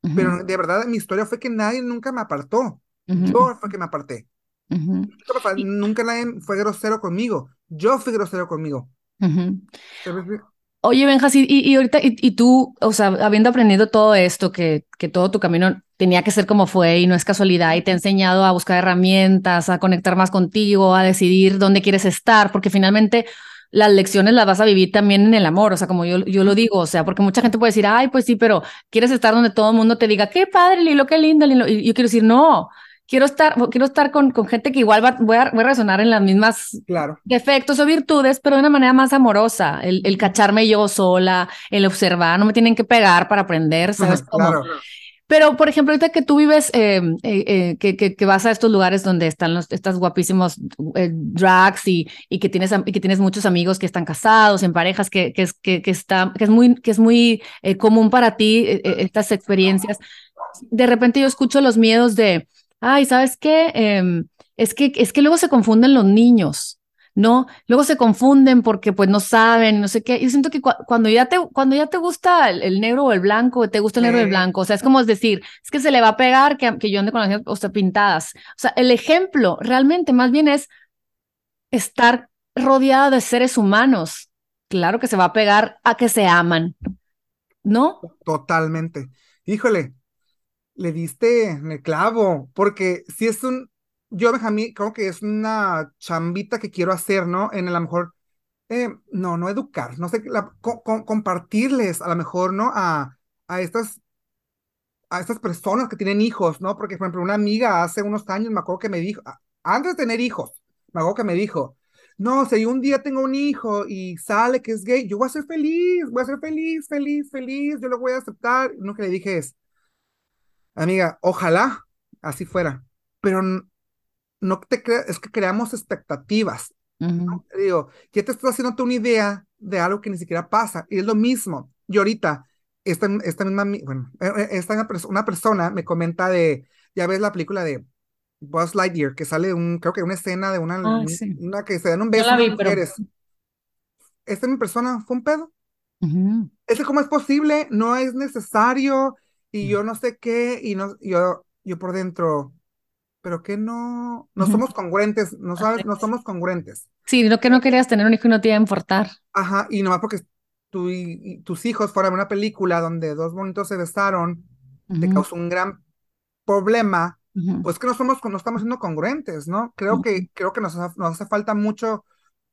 ujú,
pero de verdad mi historia fue que nadie nunca me apartó.
ujú,
Yo fue que me aparté.
ujú.
Nunca, me fa-
Y-
nunca nadie fue grosero conmigo. Yo fui grosero conmigo.
ujú.
¿Sabes?
Oye, Benjas, y, y, y ahorita, y, y tú, o sea, habiendo aprendido todo esto, que, que todo tu camino tenía que ser como fue y no es casualidad, y te ha enseñado a buscar herramientas, a conectar más contigo, a decidir dónde quieres estar, porque finalmente las lecciones las vas a vivir también en el amor, o sea, como yo, yo lo digo, o sea, porque mucha gente puede decir, ay, pues sí, pero quieres estar donde todo el mundo te diga, qué padre, Lilo, qué lindo, Lilo, y yo quiero decir, no. Quiero estar, quiero estar con, con gente que igual va, voy a, voy a resonar en las mismas
Claro,
defectos o virtudes, pero de una manera más amorosa. El, el cacharme yo sola, el observar, no me tienen que pegar para aprender, ¿sabes cómo?
claro.
Pero, por ejemplo, ahorita que tú vives, eh, eh, eh, que, que, que, vas a estos lugares donde están los, estas guapísimos eh, drags y, y, que tienes, y que tienes muchos amigos que están casados, en parejas, que, que, es, que, que, está, que es muy, que es muy eh, común para ti eh, eh, estas experiencias. De repente yo escucho los miedos de, ay, ¿sabes qué? Eh, es que, es que luego se confunden los niños. ¿No? Luego se confunden porque pues no saben, no sé qué. Yo siento que cu cuando ya te, cuando ya te gusta el, el negro o el blanco, te gusta el negro o el
Eh,
blanco, o sea, es como es decir, es que se le va a pegar que, que yo ande con las uñas, o sea, pintadas. O sea, el ejemplo realmente más bien es estar rodeada de seres humanos. Claro que se va a pegar a que se aman, ¿no?
totalmente. Híjole, le diste en el clavo, porque si es un, yo, Benjamín, como que es una chambita que quiero hacer, ¿no? En a lo mejor, eh, no, no educar, no sé, la- co- co- compartirles a lo mejor, ¿no? A, a estas, a estas personas que tienen hijos, ¿no? Porque, por ejemplo, una amiga hace unos años me acuerdo que me dijo, a- antes de tener hijos, me acuerdo que me dijo, no, si un día tengo un hijo y sale que es gay, yo voy a ser feliz, voy a ser feliz, feliz, feliz, yo lo voy a aceptar. Lo que le dije es, amiga, ojalá así fuera, pero n- no te creas, es que creamos expectativas.
Ujú,
Digo, ya te estás haciendo tú una idea de algo que ni siquiera pasa, y es lo mismo. Y ahorita, esta, esta misma, mi- bueno, eh, eh, esta una, pers- una persona me comenta de, ya ves la película de Buzz Lightyear, que sale un, creo que una escena de una,
ah, sí.
una que se dan un
No
beso
la
unas
vi, pero.
mujeres. Esta misma persona fue un pedo.
Ujú,
Es que, ¿cómo es posible? No es necesario, y yo no sé qué, y no, yo, yo por dentro. Pero que no, no
ujú.
somos congruentes, no sabes, no somos congruentes.
Sí, lo que no querías tener un hijo y no te iba a importar.
Ajá, y nomás porque tú y, y tus hijos fueran a una película donde dos bonitos se besaron, te
Ujú,
causó un gran problema,
ujú,
pues que no somos, no estamos siendo congruentes, ¿no? Creo
ujú.
que, creo que nos, hace- nos hace falta mucho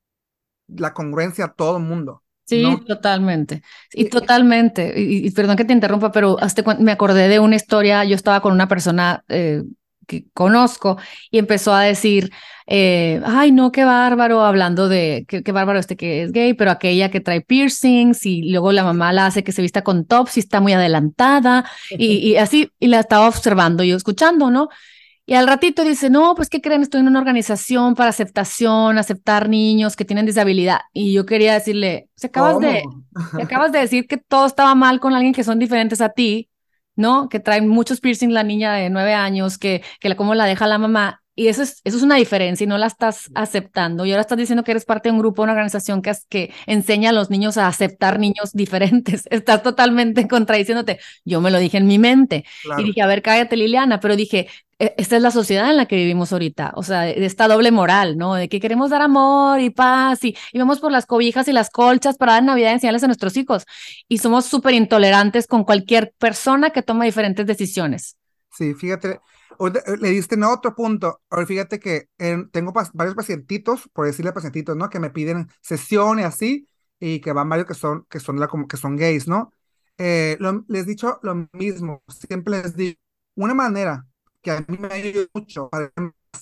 la congruencia a todo el mundo,
Sí,
¿no?
totalmente. Y
Y-
totalmente. Y, y perdón que te interrumpa, pero hasta cuan- me acordé de una historia. Yo estaba con una persona eh, que conozco y empezó a decir, eh, ay, no, qué bárbaro, hablando de qué, qué bárbaro este que es gay, pero aquella que trae piercings y luego la mamá la hace que se vista con tops y está muy adelantada y, y así, y la estaba observando yo, escuchando, ¿no? Y al ratito dice, no, pues ¿qué creen? Estoy en una organización para aceptación, aceptar niños que tienen disabilidad. Y yo quería decirle, se acabas de,
¿Cómo?
te acabas de decir que todo estaba mal con alguien que son diferentes a ti, ¿no? Que traen muchos piercing la niña de nueve años, que, que la, cómo la deja la mamá. Y eso es, eso es una diferencia y no la estás aceptando. Y ahora estás diciendo que eres parte de un grupo, una organización que, que enseña a los niños a aceptar niños diferentes. Estás totalmente contradiciéndote. Yo me lo dije en mi mente y
Claro.
dije, a ver, cállate, Liliana, pero dije, e- esta es la sociedad en la que vivimos ahorita, o sea, de esta doble moral, ¿no? De que queremos dar amor y paz y, y vamos por las cobijas y las colchas para dar Navidad y enseñarles a nuestros hijos. Y somos súper intolerantes con cualquier persona que toma diferentes decisiones.
Sí, fíjate, ahorita, eh, le diste en otro punto. Ahora fíjate que eh, tengo pas- varios pacientitos, por decirle pacientitos, ¿no? Que me piden sesión y así, y que van varios que son, que son, la, como que son gays, ¿no? Eh, lo- les he dicho lo mismo, siempre les digo, una manera que a mí me ayuda mucho para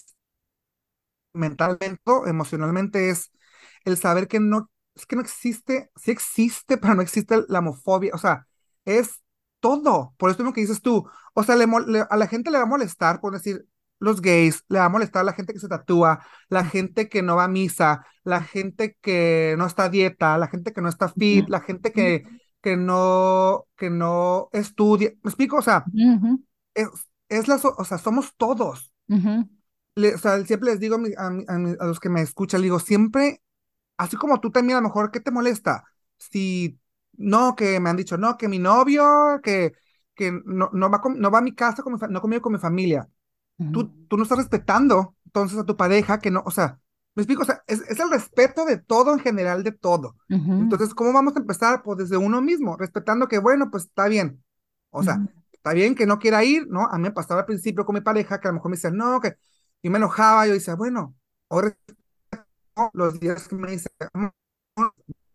mentalmente, o emocionalmente, es el saber que no, es que no existe, sí existe, pero no existe la homofobia, o sea, es todo, por eso mismo que dices tú, o sea, le, mol- le- a la gente le va a molestar, por decir, los gays, le va a molestar la gente que se tatúa, la gente que no va a misa, la gente que no está a dieta, la gente que no está fit, la gente que, que no, que no estudia, ¿me explico? O sea,
Ujú,
es, es la, so- o sea, somos todos.
ujú,
Le- o sea, siempre les digo a, mi- a mi- a mi- a los que me escuchan, le digo, siempre, así como tú también, a lo mejor, ¿qué te molesta? Si, no, que me han dicho, no, que mi novio, que, que no, no va, con- no va a mi casa, con mi fa- no conmigo con mi familia.
Ujú,
Tú, tú no estás respetando entonces a tu pareja, que no, o sea, me explico, o sea, es, es el respeto de todo en general, de todo.
ujú,
Entonces, ¿cómo vamos a empezar? Pues desde uno mismo, respetando que, bueno, pues está bien. O sea,
ujú,
está bien que no quiera ir, ¿no? A mí me pasaba al principio con mi pareja, que a lo mejor me decía, no, que, y me enojaba, yo decía, bueno, ahora no, los días que me dice, "Mm, no,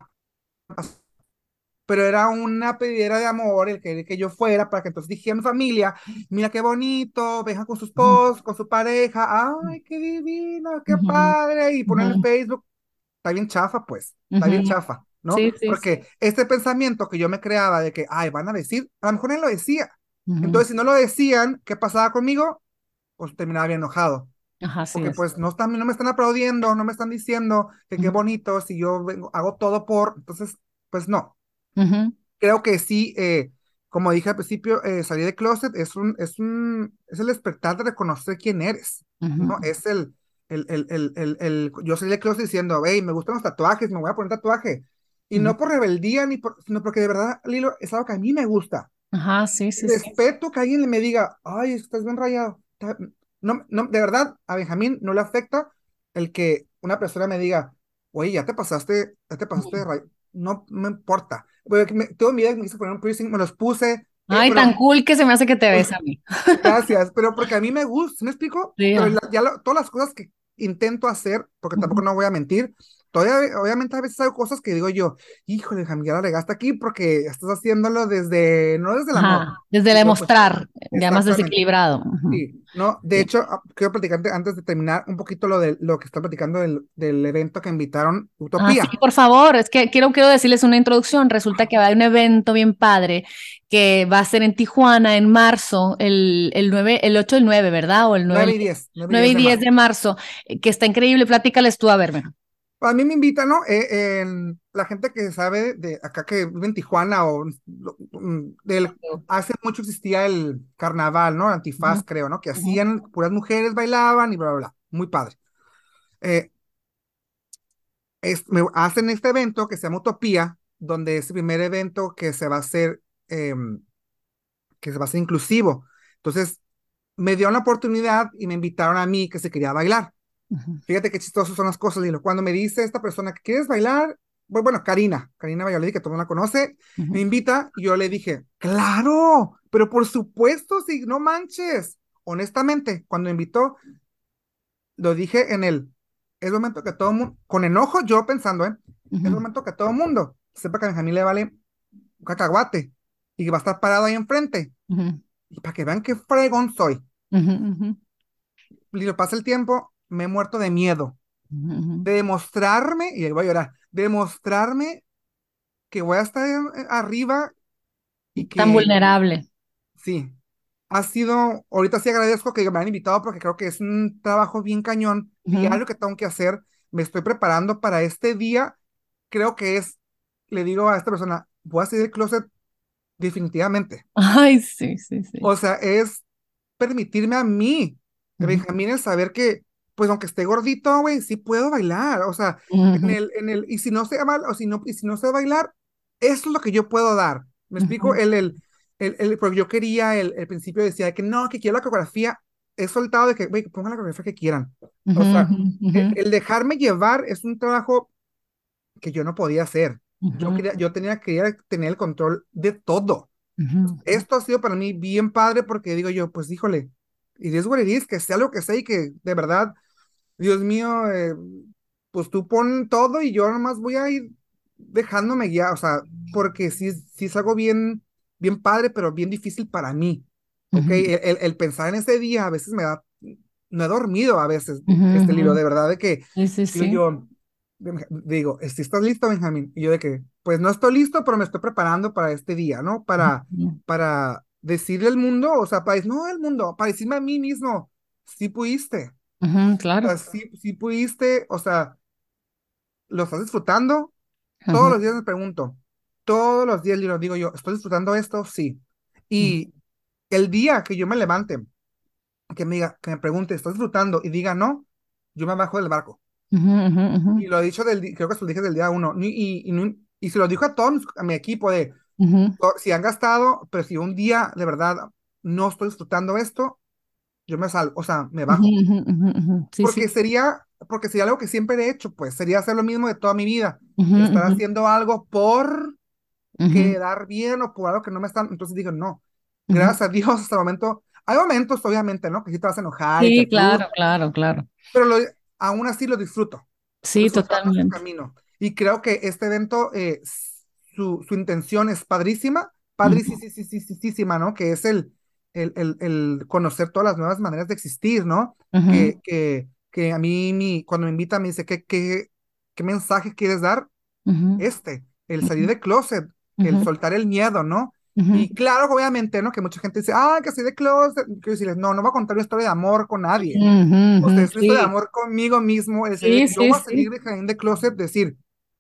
pero era una pedidera de amor el que, que yo fuera para que entonces dijera a mi familia, mira qué bonito, venga con su esposo, con su pareja, ay, qué divino, qué
ujú,
padre, y poner
ujú,
en Facebook, está bien chafa, pues, está bien
ujú.
chafa, ¿no?
Sí, sí, sí.
Porque este pensamiento que yo me creaba de que, ay, van a decir, a lo mejor él lo decía.
Ujú.
Entonces, si no lo decían, ¿qué pasaba conmigo? Pues terminaba bien enojado.
Ajá, sí
Porque
es.
pues no están, no me están aplaudiendo, no me están diciendo que qué
Ujú,
bonito, si yo vengo- hago todo por, entonces, pues no.
ujú,
Creo que sí, eh, como dije al principio, eh, salir de closet es un, es un, es el despertar de reconocer quién eres, ¿no?
ujú,
Es el, el, el, el, el, el- yo salí de closet diciendo, hey, me gustan los tatuajes, me voy a poner tatuaje. Y
ujú.
no por rebeldía, ni por, sino porque de verdad, Lilo, es algo que a mí me gusta.
Ajá, sí, sí, sí.
Respeto que alguien me diga, ay, estás bien rayado. Ta- No, no, de verdad, a Benjamín no le afecta el que una persona me diga, oye, ya te pasaste, ya te pasaste de
Ujú.
rayado. No me importa. Porque me, tengo mi vida, me quise poner un piercing, me los puse, eh,
Ay, tan
pero
cool que se me hace que te ves a mí.
gracias, pero porque a mí me gusta, ¿sí me explico?
Sí,
Pero
ajá.
la- ya lo- todas las cosas que intento hacer, porque tampoco
Ujú.
no voy a mentir, todavía, obviamente a veces hay cosas que digo yo, híjole, Jamie, ya la regaste aquí porque estás haciéndolo desde, no desde el amor.
Ajá, desde
Y yo, pues,
demostrar, ya más
exactamente.
desequilibrado. Ujú.
Sí, no, de
Sí.
hecho, ah, quiero platicarte antes de terminar un poquito lo de lo que está platicando del, del evento que invitaron
Ah, sí,
Utopía.
por favor, es que quiero, quiero decirles una introducción. Resulta que va a haber un evento bien padre que va a ser en Tijuana en marzo, el, el nueve, el ocho y nueve, ¿verdad? O el nueve,
Nueve y diez, nueve y
nueve
diez
y
de
diez
marzo.
de marzo, eh, que está increíble. Platícales tú a verme.
A mí me invitan, ¿no? Eh, en- la gente que sabe de acá que vive en Tijuana o lo- mm, del, hace mucho existía el carnaval, ¿no?
Ujú,
Antifaz, creo, ¿no? Que
ujú,
hacían, puras mujeres bailaban y bla, bla, bla. Muy padre. Eh, es- me hacen este evento que se llama Utopía, donde es el primer evento que se va a hacer, em, que se va a hacer inclusivo. Entonces, me dio la oportunidad y me invitaron a mí que se quería bailar.
ujú,
Fíjate qué chistosos son las cosas, Lilo. Cuando me dice esta persona que quieres bailar, bueno, bueno, Karina, Karina Valladolid, que todo el mundo la conoce, me
ujú.
invita y yo le dije, claro, pero por supuesto, sí, no manches. Honestamente, cuando me invitó, lo dije en el, es el momento que todo el mundo, con enojo, yo pensando, ¿eh? Es el
Ujú,
momento que todo el mundo sepa que a Benjamín le vale un cacahuate y que va a estar parado ahí enfrente.
ujú,
Y para que vean qué fregón soy.
ujú, ujú,
Y lo pasa el tiempo, me he muerto de miedo,
ujú, ujú.
de demostrarme, y ahí voy a llorar, de demostrarme que voy a estar en- arriba y
Tan
que
vulnerable.
sí, ha sido, ahorita sí agradezco que me han invitado porque creo que es un trabajo bien cañón,
Ujú.
diario que tengo que hacer, me estoy preparando para este día, creo que es, le digo a esta persona, voy a salir del closet definitivamente,
Ay, sí, sí, sí.
o sea, es permitirme a mí,
Ujú,
Benjamín, el saber que, pues aunque esté gordito, güey, sí puedo bailar, o sea, en
ujú,
el, en el, y si no sé mal, o si no, y si no sé bailar, eso es lo que yo puedo dar. ¿Me explico?
ujú,
El, el, el, el- porque yo quería, el, el principio decía que no, que quiero la coreografía, he soltado de que, güey, que pongan la coreografía que quieran. O
ujú,
sea,
ujú,
el, el dejarme llevar es un trabajo que yo no podía hacer. Yo
ujú,
quería, yo tenía que tener el control de todo.
ujú,
Esto ha sido para mí bien padre porque digo yo, pues híjole, y es what it is, que sea lo que sea y que de verdad, Dios mío, eh, pues tú pon todo y yo nomás voy a ir dejándome guiar, o sea, porque sí, es- sí es algo bien, bien padre, pero bien difícil para mí, ¿ok?
ujú,
El, el- el pensar en ese día a veces me da, no he dormido a veces,
ujú,
este
ujú.
libro, de verdad, de que,
Sí, sí,
digo
sí.
yo, Benja- digo, ¿si estás listo, Benjamín? Y yo de que, pues no estoy listo, pero me estoy preparando para este día, ¿no? Para,
Ujú,
para decirle al mundo, o sea, para decir, no al mundo, para decirme a mí mismo, sí pudiste,
ujú,
o
claro.
sea, sí, sí pudiste, o sea, ¿lo estás disfrutando? Todos
Ujú,
los días me pregunto, todos los días lo digo yo, ¿estoy disfrutando esto? Sí.
ujú,
Y el día que yo me levante, que me diga, que me pregunte, ¿estás disfrutando? Y diga no, yo me bajo del barco.
ujú, ujú,
Y lo he dicho del, di- creo que se lo dije del día uno, y, y, y, no- y se lo dijo a todos, a mi equipo de,
Ujú,
O si han gastado, pero si un día de verdad no estoy disfrutando esto, yo me salgo, o sea, me
ujú,
bajo.
ujú, ujú, ujú. Sí, sí.
Porque sería, porque sería algo que siempre he hecho, pues sería hacer lo mismo de toda mi vida.
Ujú,
Estar
ujú,
haciendo algo por
ujú,
quedar bien o por algo que no me están. Entonces digo, no,
ujú.
gracias a Dios hasta el momento. Hay momentos, obviamente, ¿no? Que sí te vas a enojar y te
Sí, claro,
frustras,
claro, claro.
pero lo- aún así lo disfruto. Estoy
Sí,
disfrutando este
totalmente.
camino. Y creo que este evento, eh, s- su, su intención es padrísima,
Ujú,
padrísima, ¿no? Que es el, el, el, el conocer todas las nuevas maneras de existir, ¿no?
ujú,
Que, que, que a mí, mi, cuando me invita, me dice, ¿qué, qué, qué mensaje quieres dar?
ujú,
Este, el salir
ujú,
de closet, el
ujú,
soltar el miedo, ¿no?
ujú,
Y claro, obviamente, ¿no? Que mucha gente dice, ah, que soy de closet. Quiero decirles, no, no voy a contar una historia de amor con nadie.
ujú,
O
ujú.
sea, es una historia de
Sí,
amor conmigo mismo. El salir
sí,
de- yo
sí,
voy a salir
sí,
de jardín de closet, decir,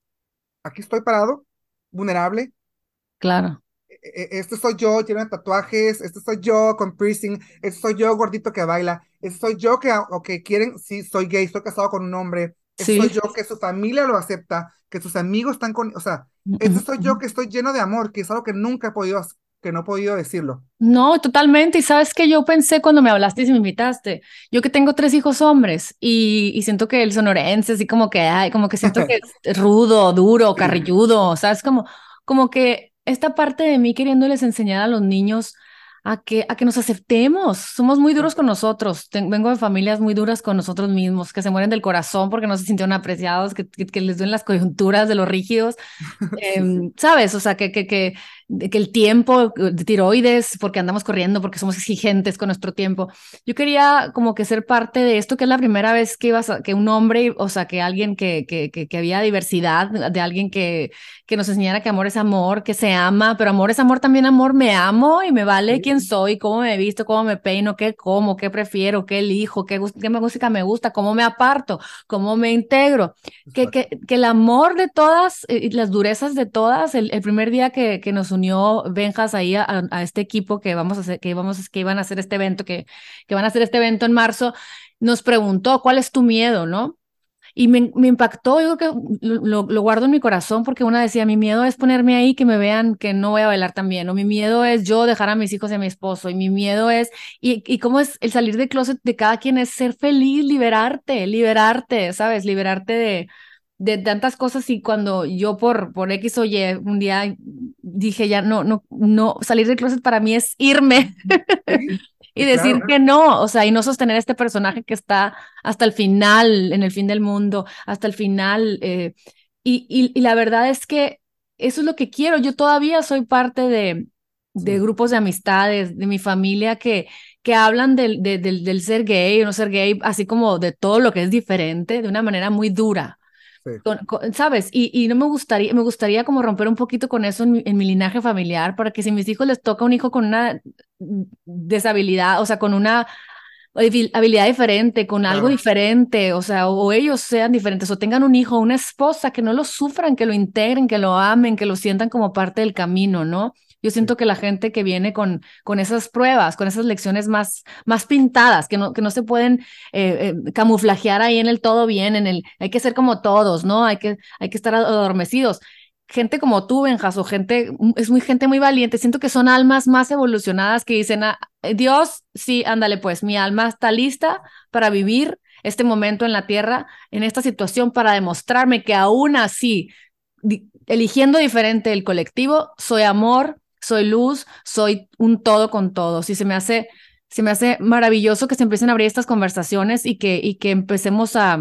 aquí estoy parado, vulnerable.
claro.
e- e- Este soy yo lleno de tatuajes, este soy yo con piercing, este soy yo gordito que baila, este soy yo que, o que quieren, sí, soy gay, estoy casado con un hombre, este
Sí,
soy
sí.
yo que su familia lo acepta, que sus amigos están con, o sea, este
Ujú,
soy
ujú.
yo que estoy lleno de amor, que es algo que nunca he podido, hac- que no he podido decirlo.
No, totalmente. Y sabes que yo pensé cuando me hablaste y me invitaste, yo que tengo tres hijos hombres y, y siento que el sonorense, así como que, ay, como que siento que es rudo, duro,
Sí,
carrilludo, ¿sabes? Como, como que esta parte de mí queriéndoles enseñar a los niños a que, a que nos aceptemos. Somos muy duros
sí,
con nosotros. Ten- vengo de familias muy duras con nosotros mismos, que se mueren del corazón porque no se sintieron apreciados, que, que, que les duelen las coyunturas de los rígidos.
sí, sí,
Em, ¿sabes? O sea, que, que, que, que el tiempo de tiroides, porque andamos corriendo, porque somos exigentes con nuestro tiempo. Yo quería como que ser parte de esto, que es la primera vez que ibas a, que un hombre, o sea, que alguien que, que, que, que había diversidad, de alguien que, que nos enseñara que amor es amor, que se ama, pero amor es amor también amor, me amo y me vale quién
sí,
soy, cómo me visto, cómo me peino, qué como, qué prefiero, qué elijo, qué, qué música me gusta, cómo me aparto, cómo me integro que,
exacto.
que, que el amor de todas eh, y las durezas de todas, el, el primer día que, que nos unió Benjas ahí a, a este equipo que vamos a hacer, que íbamos, que iban a hacer este evento, que, que van a hacer este evento en marzo, nos preguntó, ¿cuál es tu miedo, no? Y me, me impactó, yo creo que lo, lo guardo en mi corazón porque una decía, mi miedo es ponerme ahí que me vean que no voy a bailar tan bien, o mi miedo es yo dejar a mis hijos y a mi esposo, y mi miedo es, y, y cómo es el salir del closet de cada quien es ser feliz, liberarte, liberarte, ¿sabes? Liberarte de, de tantas cosas y cuando yo por, por X o Y un día dije ya no, no, no, salir del closet para mí es irme
Sí,
y
sí,
decir
claro.
que no, o sea, y no sostener este personaje que está hasta el final, en el fin del mundo, hasta el final. Eh, y, y, y la verdad es que eso es lo que quiero. Yo todavía soy parte de, de
Sí,
grupos de amistades, de mi familia que, que hablan del, de- del, del ser gay o no ser gay, así como de todo lo que es diferente, de una manera muy dura
sí,
con- con- ¿sabes? Y, y no me gustaría, me gustaría como romper un poquito con eso en mi, en mi linaje familiar, para que si mis hijos les toca un hijo con una deshabilidad, o sea, con una habil- habilidad diferente, con algo
claro.
diferente, o sea, o, o ellos sean diferentes, o tengan un hijo, una esposa, que no lo sufran, que lo integren, que lo amen, que lo sientan como parte del camino, ¿no? Yo
Sí,
siento que la gente que viene con, con esas pruebas, con esas lecciones más, más pintadas, que no, que no se pueden eh, eh, camuflajear ahí en el todo bien, en el hay que ser como todos, ¿no? Hay que, hay que estar adormecidos. Gente como tú, Benjas, o gente, es muy gente muy valiente. Siento que son almas más evolucionadas que dicen, "Ah, Dios, sí, ándale, pues mi alma está lista para vivir este momento en la tierra, en esta situación, para demostrarme que aún así, di- eligiendo diferente el colectivo, soy amor, soy luz, soy un todo con todos. Y se me hace, se me hace maravilloso que se empiecen a abrir estas conversaciones y que, y que empecemos a,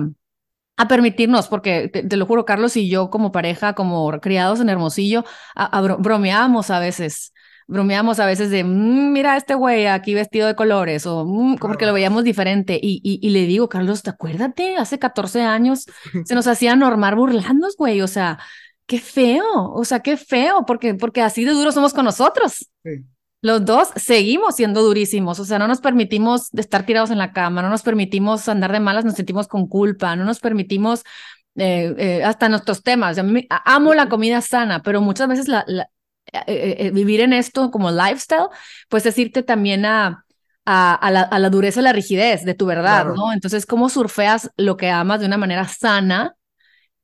a permitirnos, porque te, te lo juro, Carlos y yo como pareja, como criados en Hermosillo, a, a bro- bromeamos a veces, bromeamos a veces de, "Mm, mira este güey aquí vestido de colores, o "Mm", como porque lo
claro.
veíamos diferente. Y, y, y le digo, Carlos, ¿te acuérdate? Hace catorce años se nos hacía normal burlarnos, güey, o sea, qué feo, o sea, qué feo, porque, porque así de duros somos con nosotros.
Sí,
Los dos seguimos siendo durísimos, o sea, no nos permitimos estar tirados en la cama, no nos permitimos andar de malas, nos sentimos con culpa, no nos permitimos eh, eh, hasta nuestros temas. A mí me- a- amo la comida sana, pero muchas veces la, la- eh, eh, eh, vivir en esto como lifestyle, pues es irte también a, a, a la, a la dureza y la rigidez de tu verdad,
claro.
¿no? Entonces, ¿cómo surfeas lo que amas de una manera sana?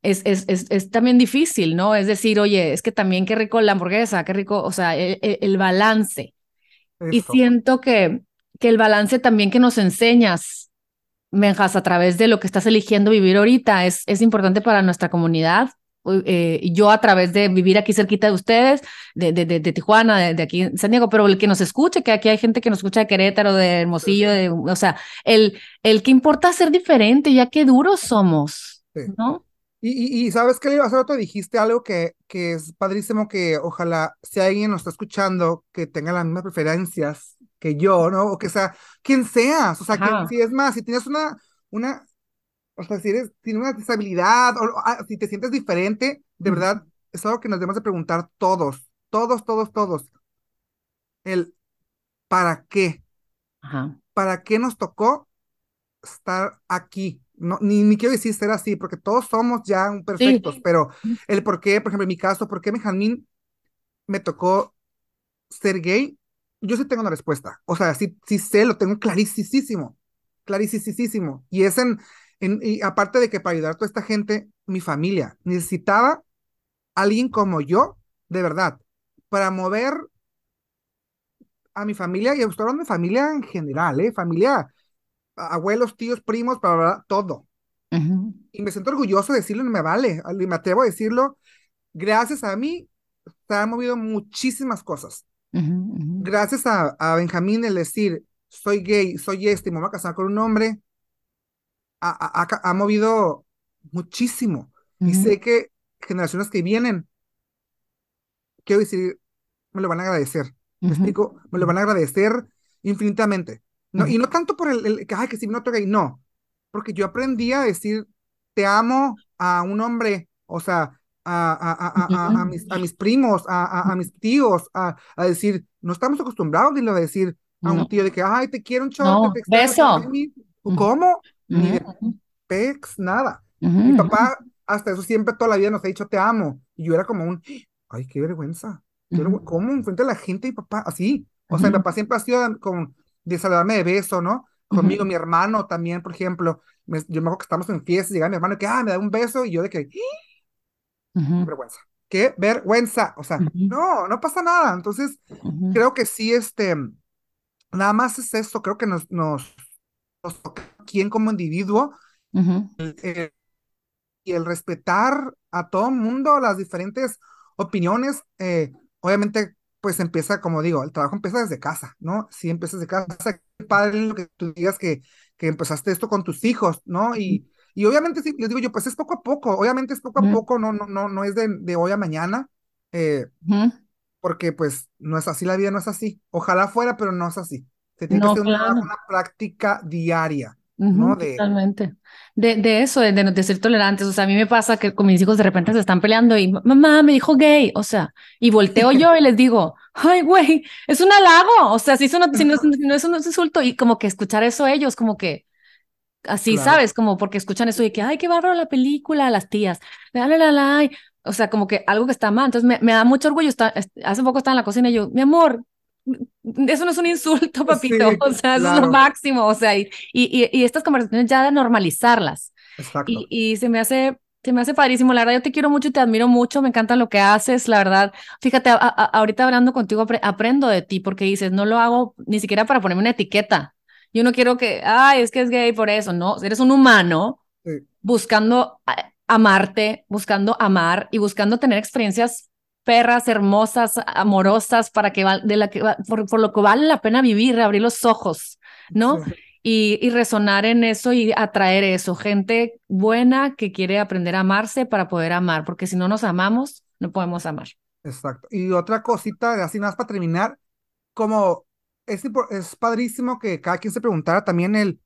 es, es, es, es también difícil, ¿no? Es decir, oye, es que también qué rico la hamburguesa, qué rico, o sea, el, el- el balance. Y
Eso,
siento que, que el balance también que nos enseñas, Menjas, a través de lo que estás eligiendo vivir ahorita, es, es importante para nuestra comunidad. U- eh, yo a través de vivir aquí cerquita de ustedes, de, de, de, de Tijuana, de, de aquí en San Diego, pero el que nos escuche, que aquí hay gente que nos escucha de Querétaro, de
sí,
Hermosillo, de, o sea, el, el que importa ser diferente, ya que duros somos,
sí.
¿no?
Y, y, y ¿sabes qué? Hace rato dijiste algo que, que es padrísimo, que ojalá si alguien nos está escuchando que tenga las mismas preferencias que yo, ¿no? O que sea, quien seas, o sea, que
Ajá.
si es más, si tienes una, una, o sea, si eres, tienes una disabilidad, o ah, si te sientes diferente, de
Ujú.
verdad, es algo que nos debemos de preguntar todos, todos, todos, todos, el ¿para qué?
Ajá.
¿Para qué nos tocó estar aquí? No, ni, ni quiero decir ser así, porque todos somos ya
Sí.
perfectos, pero el por qué, por ejemplo, en mi caso, ¿por qué Benjamín me tocó ser gay? Yo sí tengo una respuesta. O sea, sí, sí sé, lo tengo clarísimo, clarísimo. Y es en, en, y aparte de que para ayudar a toda esta gente, mi familia necesitaba alguien como yo, de verdad, para mover a mi familia, y estoy hablando de familia en general, ¿eh? Familia, abuelos, tíos, primos, bla, bla, bla, todo.
Ujú,
Y me siento orgulloso de decirlo, no me vale, y me atrevo a decirlo, gracias a mí se han movido muchísimas cosas.
ujú, ujú,
Gracias a, a Benjamín el decir, soy gay, soy este, y me voy a casar con un hombre, ha, ha- ha ca- ha movido muchísimo. Y
ujú,
sé que generaciones que vienen, quiero decir, me lo van a agradecer. ¿Me
ujú,
explico? Me lo van a agradecer infinitamente. No,
ujú,
y no tanto por el, el que, ay, que si no otro gay, no. Porque yo aprendí a decir, te amo a un hombre, o sea, a, a, a, a, a mis, a mis primos, a, a, a mis tíos, a, a decir, no estamos acostumbrados ni lo de decir a un
no,
tío de que, ay, te quiero un chorro,
no,
te extraño, te
beso.
extraño.
Ujú,
¿Cómo? Ni de
ujú,
pex, nada.
ujú,
Mi
ujú,
papá, hasta eso siempre toda la vida nos ha dicho, te amo. Y yo era como un, ay, qué vergüenza. Qué
ujú,
vergüenza. ¿Cómo? Enfrente de la gente, mi papá, así. O sea, mi
ujú,
papá siempre ha sido con, de saludarme de beso, ¿no? Conmigo,
ujú,
mi hermano también, por ejemplo. Me- yo me acuerdo que estábamos en fiesta y llegaba mi hermano y que, ah, me da un beso. Y yo de que, "Ih, qué
ujú,
vergüenza. Qué vergüenza. O sea,
ujú,
no, no pasa nada. Entonces,
ujú,
creo que sí, este, nada más es eso. Creo que nos, nos, nos toca quién como individuo.
ujú,
eh, y el respetar a todo el mundo, las diferentes opiniones, eh, obviamente, pues empieza, como digo, el trabajo empieza desde casa, ¿no? Sí, empieza desde casa. Qué padre lo que tú digas que, que empezaste esto con tus hijos, ¿no? Y, y obviamente, sí, les digo yo, pues es poco a poco, obviamente es poco a
ujú,
poco, no, no, no, no es de, de hoy a mañana, eh,
ujú.
porque pues no es así, la vida no es así. Ojalá fuera, pero no es así. Se tiene que
No,
hacer un trabajo,
claro.
una práctica diaria, ¿no?
Ujú,
De,
totalmente. De, de eso, de, de, de ser tolerantes. O sea, a mí me pasa que con mis hijos de repente se están peleando y mamá me dijo gay. O sea, y volteo yo y les digo, ay, güey, es un halago. O sea, si, eso no, si, no, es- si no es un insulto y como que escuchar eso ellos, como que así,
claro,
¿sabes? Como porque escuchan eso de que, ay, qué bárbaro la película, las tías, la, la, la, la, ay. O sea, como que algo que está mal. Entonces me, me da mucho orgullo. Está, es- hace poco estaba en la cocina y yo, mi amor, eso no es un insulto, papito.
sí,
O sea, eso es lo
claro,
máximo. O sea, y, y, y y estas conversaciones ya de normalizarlas. Y,
exacto.
y se me hace, se me hace padrísimo. La verdad, yo te quiero mucho y te admiro mucho. Me encanta lo que haces. La verdad, fíjate, a- a- ahorita hablando contigo apre- aprendo de ti porque dices, no lo hago ni siquiera para ponerme una etiqueta. Yo no quiero que, ay, es que es gay por eso. No, eres un humano
Sí,
buscando a- amarte, buscando amar y buscando tener experiencias perras, hermosas, amorosas, para que val- de la que va- por, por lo que vale la pena vivir, abrir los ojos,
sí,
¿no? Y, y resonar en eso y atraer eso, gente buena que quiere aprender a amarse para poder amar, porque si no nos amamos, no podemos amar.
exacto. Y otra cosita, así nada más para terminar, como es, impor- es padrísimo que cada quien se preguntara también el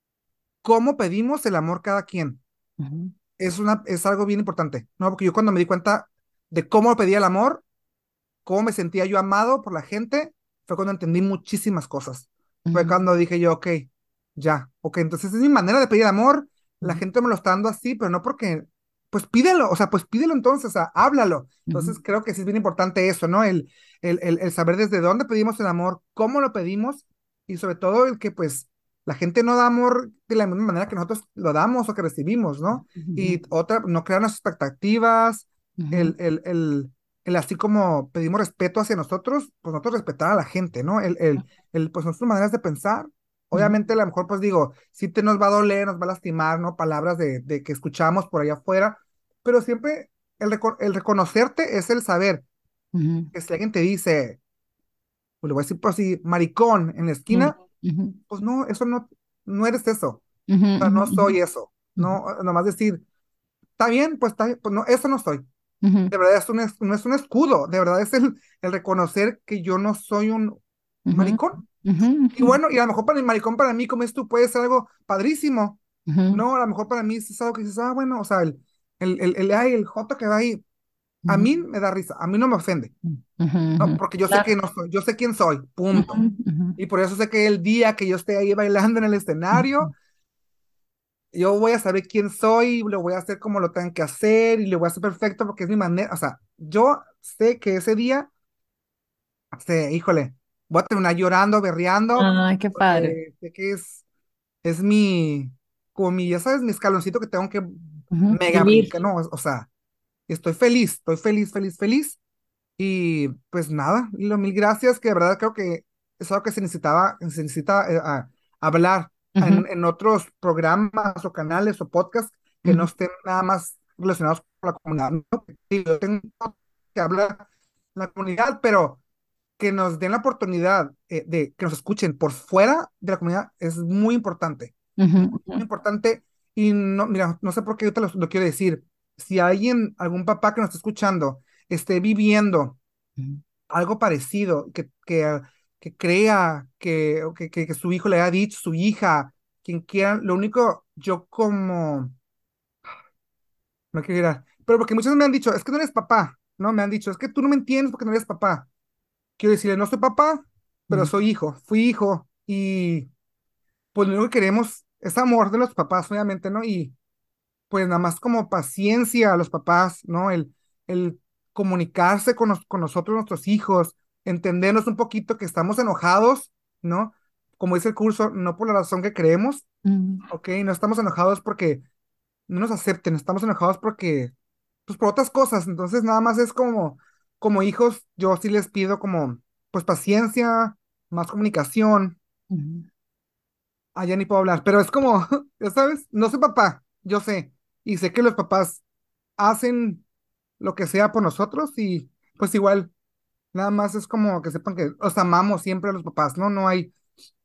cómo pedimos el amor cada quien.
Ujú,
Es una, es algo bien importante, ¿no? Porque yo cuando me di cuenta de cómo pedía el amor, cómo me sentía yo amado por la gente, fue cuando entendí muchísimas cosas. Fue
ujú,
cuando dije yo, ok, ya, ok, entonces es mi manera de pedir amor, la
ujú,
gente me lo está dando así, pero no porque, pues pídelo, o sea, pues pídelo entonces, o sea, háblalo.
ujú,
Entonces creo que sí es bien importante eso, ¿no? El, el, el, el saber desde dónde pedimos el amor, cómo lo pedimos y sobre todo el que pues la gente no da amor de la misma manera que nosotros lo damos o que recibimos, ¿no?
Ujú,
Y otra, no crear unas expectativas,
ujú,
el, el, el, el así como pedimos respeto hacia nosotros, pues nosotros respetar a la gente, ¿no? El, el, el, pues nuestras maneras de pensar.
ujú,
Obviamente, a lo mejor, pues digo, sí te nos va a doler, nos va a lastimar, ¿no? Palabras de, de que escuchamos por allá afuera, pero siempre el, reco- el reconocerte es el saber
ujú,
que si alguien te dice, pues le voy a decir por así, maricón en la
ujú,
esquina,
ujú,
pues no, eso no, no eres eso.
ujú,
O sea, no
ujú,
soy eso.
ujú,
No, nomás decir, está bien, pues está bien, pues no, eso no soy.
ujú,
De verdad, es un, es- no es un escudo, de verdad es el, el reconocer que yo no soy un
ujú,
maricón.
ujú,
Y
ujú,
bueno, y a lo mejor para el maricón, para mí, como es tú, puede ser algo padrísimo.
ujú,
No, a lo mejor para mí es algo que dices, ah, bueno, o sea, el, el, el, el, ay, el joto que va ahí, a
ujú,
mí me da risa, a mí no me ofende.
ujú,
No,
ujú.
porque yo sé
Claro.
que no soy, yo sé quién soy,
Ujú,
punto.
ujú,
Y por eso sé que el día que yo esté ahí bailando en el escenario,
ujú,
yo voy a saber quién soy, lo voy a hacer como lo tengan que hacer y lo voy a hacer perfecto porque es mi manera. O sea, yo sé que ese día, sé, híjole, voy a terminar llorando, berreando,
ay, qué padre.
porque sé que es, es mi, como mi, ya sabes, mi escaloncito que tengo que
Ujú,
mega
vivir.
brincar, ¿no? O sea, estoy feliz, estoy feliz, feliz, feliz. Y pues nada, Lilo, mil gracias, que de verdad creo que es algo que se necesitaba, se necesita eh, a- hablar
Ujú,
en, en otros programas o canales o podcasts que no
ujú,
estén nada más relacionados con la comunidad. ¿No? Sí, yo tengo que hablar la comunidad, pero que nos den la oportunidad eh, de que nos escuchen por fuera de la comunidad es muy importante,
ujú,
muy,
ujú,
muy importante. Y no, mira, no sé por qué yo te lo, lo quiero decir. Si alguien, algún papá que nos está escuchando, esté viviendo
ujú,
algo parecido, que, que, que crea que, o que, que, que su hijo le haya dicho, su hija, quien quiera, lo único, yo como, no quiero ir a- pero porque muchos me han dicho, es que no eres papá, ¿no? Me han dicho, es que tú no me entiendes porque no eres papá. Quiero decirle, no soy papá, pero
ujú,
soy hijo, fui hijo, y pues lo único que queremos es amor de los papás, obviamente, ¿no? Y pues nada más como paciencia a los papás, ¿no? El, el comunicarse con, nos- con nosotros, nuestros hijos, entendernos un poquito que estamos enojados, ¿no? Como dice el curso, no por la razón que creemos,
ujú.
¿ok? No estamos enojados porque no nos acepten, estamos enojados porque, pues por otras cosas, entonces nada más es como, como hijos, yo sí les pido como, pues paciencia, más comunicación,
Ujú.
ah, ya ni puedo hablar, pero es como, ya sabes, no soy papá, yo sé, y sé que los papás hacen lo que sea por nosotros y pues igual, nada más es como que sepan que los amamos siempre a los papás, ¿no? No hay,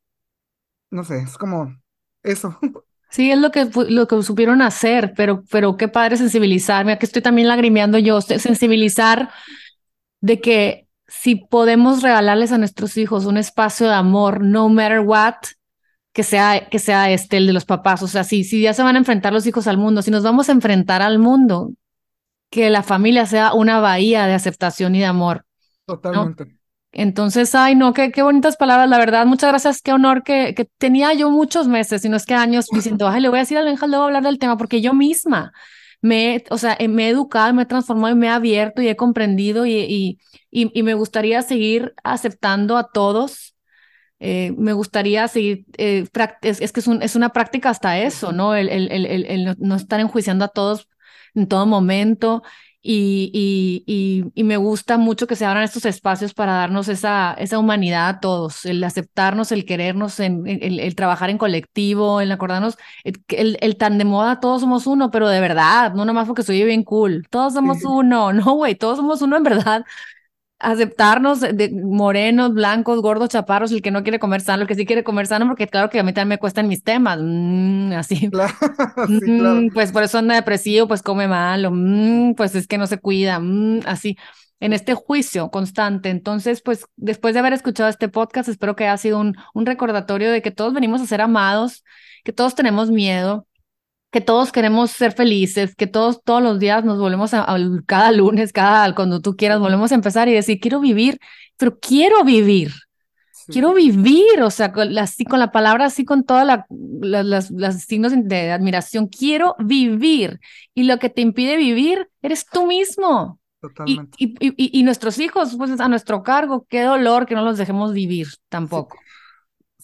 no sé, es como eso.
Sí, es lo que, fu- lo que supieron hacer, pero, pero qué padre sensibilizarme. Aquí estoy también lagrimeando yo, se- sensibilizar de que si podemos regalarles a nuestros hijos un espacio de amor, no matter what, que sea, que sea este, el de los papás. O sea, si, si ya se van a enfrentar los hijos al mundo, si nos vamos a enfrentar al mundo, que la familia sea una bahía de aceptación y de amor, ¿no?
Totalmente.
Entonces, ay, no, qué, qué bonitas palabras, la verdad. Muchas gracias, qué honor que, que tenía yo muchos meses, si no es que años, diciendo, ay, le voy a decir a Benja, le voy a hablar del tema, porque yo misma me, he- o sea, eh, me he educado, me he transformado y me he abierto y he comprendido y, y, y, y me gustaría seguir aceptando a todos. Eh, me gustaría seguir, eh, prac- es, es que es, un- es una práctica hasta eso, ¿no? El, el, el, el, el no no estar enjuiciando a todos en todo momento. Y, y, y, y me gusta mucho que se abran estos espacios para darnos esa, esa humanidad a todos, el aceptarnos, el querernos, en, el, el trabajar en colectivo, el acordarnos, el, el, el tan de moda, todos somos uno, pero de verdad, no nomás porque soy bien cool, todos somos
Sí,
uno, no, güey, todos somos uno en verdad, aceptarnos de morenos, blancos, gordos, chaparros, el que no quiere comer sano, el que sí quiere comer sano, porque claro que a mí también me cuestan mis temas, mm, así,
claro, sí, claro.
mm, pues por eso anda depresivo, pues come mal, o mm, pues es que no se cuida, mm, así, en este juicio constante. Entonces, pues después de haber escuchado este podcast, espero que haya sido un, un recordatorio de que todos venimos a ser amados, que todos tenemos miedo, que todos queremos ser felices, que todos, todos los días nos volvemos a, a- cada lunes, cada, cuando tú quieras, volvemos a empezar y decir, quiero vivir, pero quiero vivir,
Sí,
quiero vivir, o sea, con la, así, con la palabra, así, con todas la, la- las, las signos de admiración, quiero vivir. Y lo que te impide vivir eres tú mismo. Y,
totalmente.
y, y, y nuestros hijos, pues a nuestro cargo, qué dolor que no los dejemos vivir
Sí,
tampoco.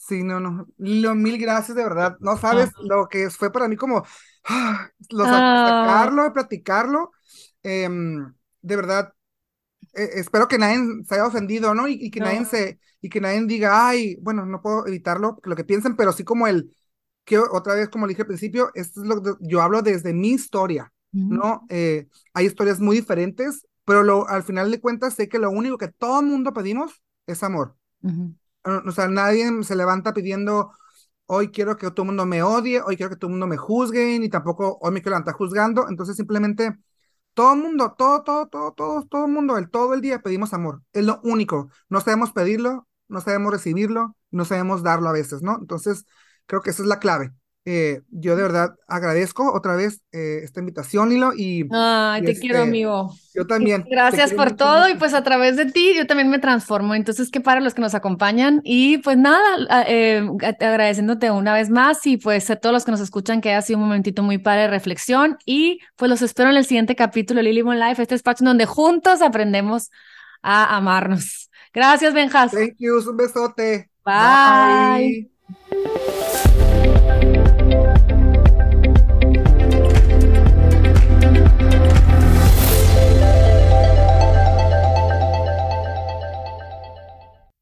Sí, no, no. Lo, mil gracias, de verdad. No
Ah,
sabes lo que fue para mí como ah, lo sa-
ah,
sacarlo, platicarlo. em, de verdad, eh, espero que nadie se haya ofendido, ¿no? Y, y que nadie
no.
se, y que nadie diga, ay, bueno, no puedo evitarlo, lo que piensen, pero sí como el, que otra vez, como le dije al principio, esto es lo que yo hablo desde mi historia,
Ujú,
¿no? Eh, hay historias muy diferentes, pero lo, al final de cuentas sé que lo único que todo el mundo pedimos es amor.
ujú,
O o sea, nadie se levanta pidiendo, hoy quiero que todo el mundo me odie, hoy quiero que todo el mundo me juzgue, ni tampoco hoy me quiero levantar juzgando. Entonces simplemente todo el mundo, todo, todo, todo, todo, todo el mundo, el, todo el día pedimos amor. Es lo único. No sabemos pedirlo, no sabemos recibirlo, no sabemos darlo a veces, ¿no? Entonces creo que esa es la clave. Eh, yo de verdad agradezco otra vez eh, esta invitación, Lilo, y,
ay,
y
te quiero,
este,
amigo.
yo
Y
también te
gracias
quiero
por
mucho,
todo y
mucho.
pues a través de ti yo también me transformo. Entonces, qué para los que nos acompañan y pues nada, a- eh, a- agradeciéndote una vez más y pues a todos los que nos escuchan que ha sido un momentito muy padre de reflexión y pues los espero en el siguiente capítulo de Lily Mon Life, este espacio en donde juntos aprendemos a amarnos. Gracias, Benjas.
Thank you, un besote.
Bye.
Bye.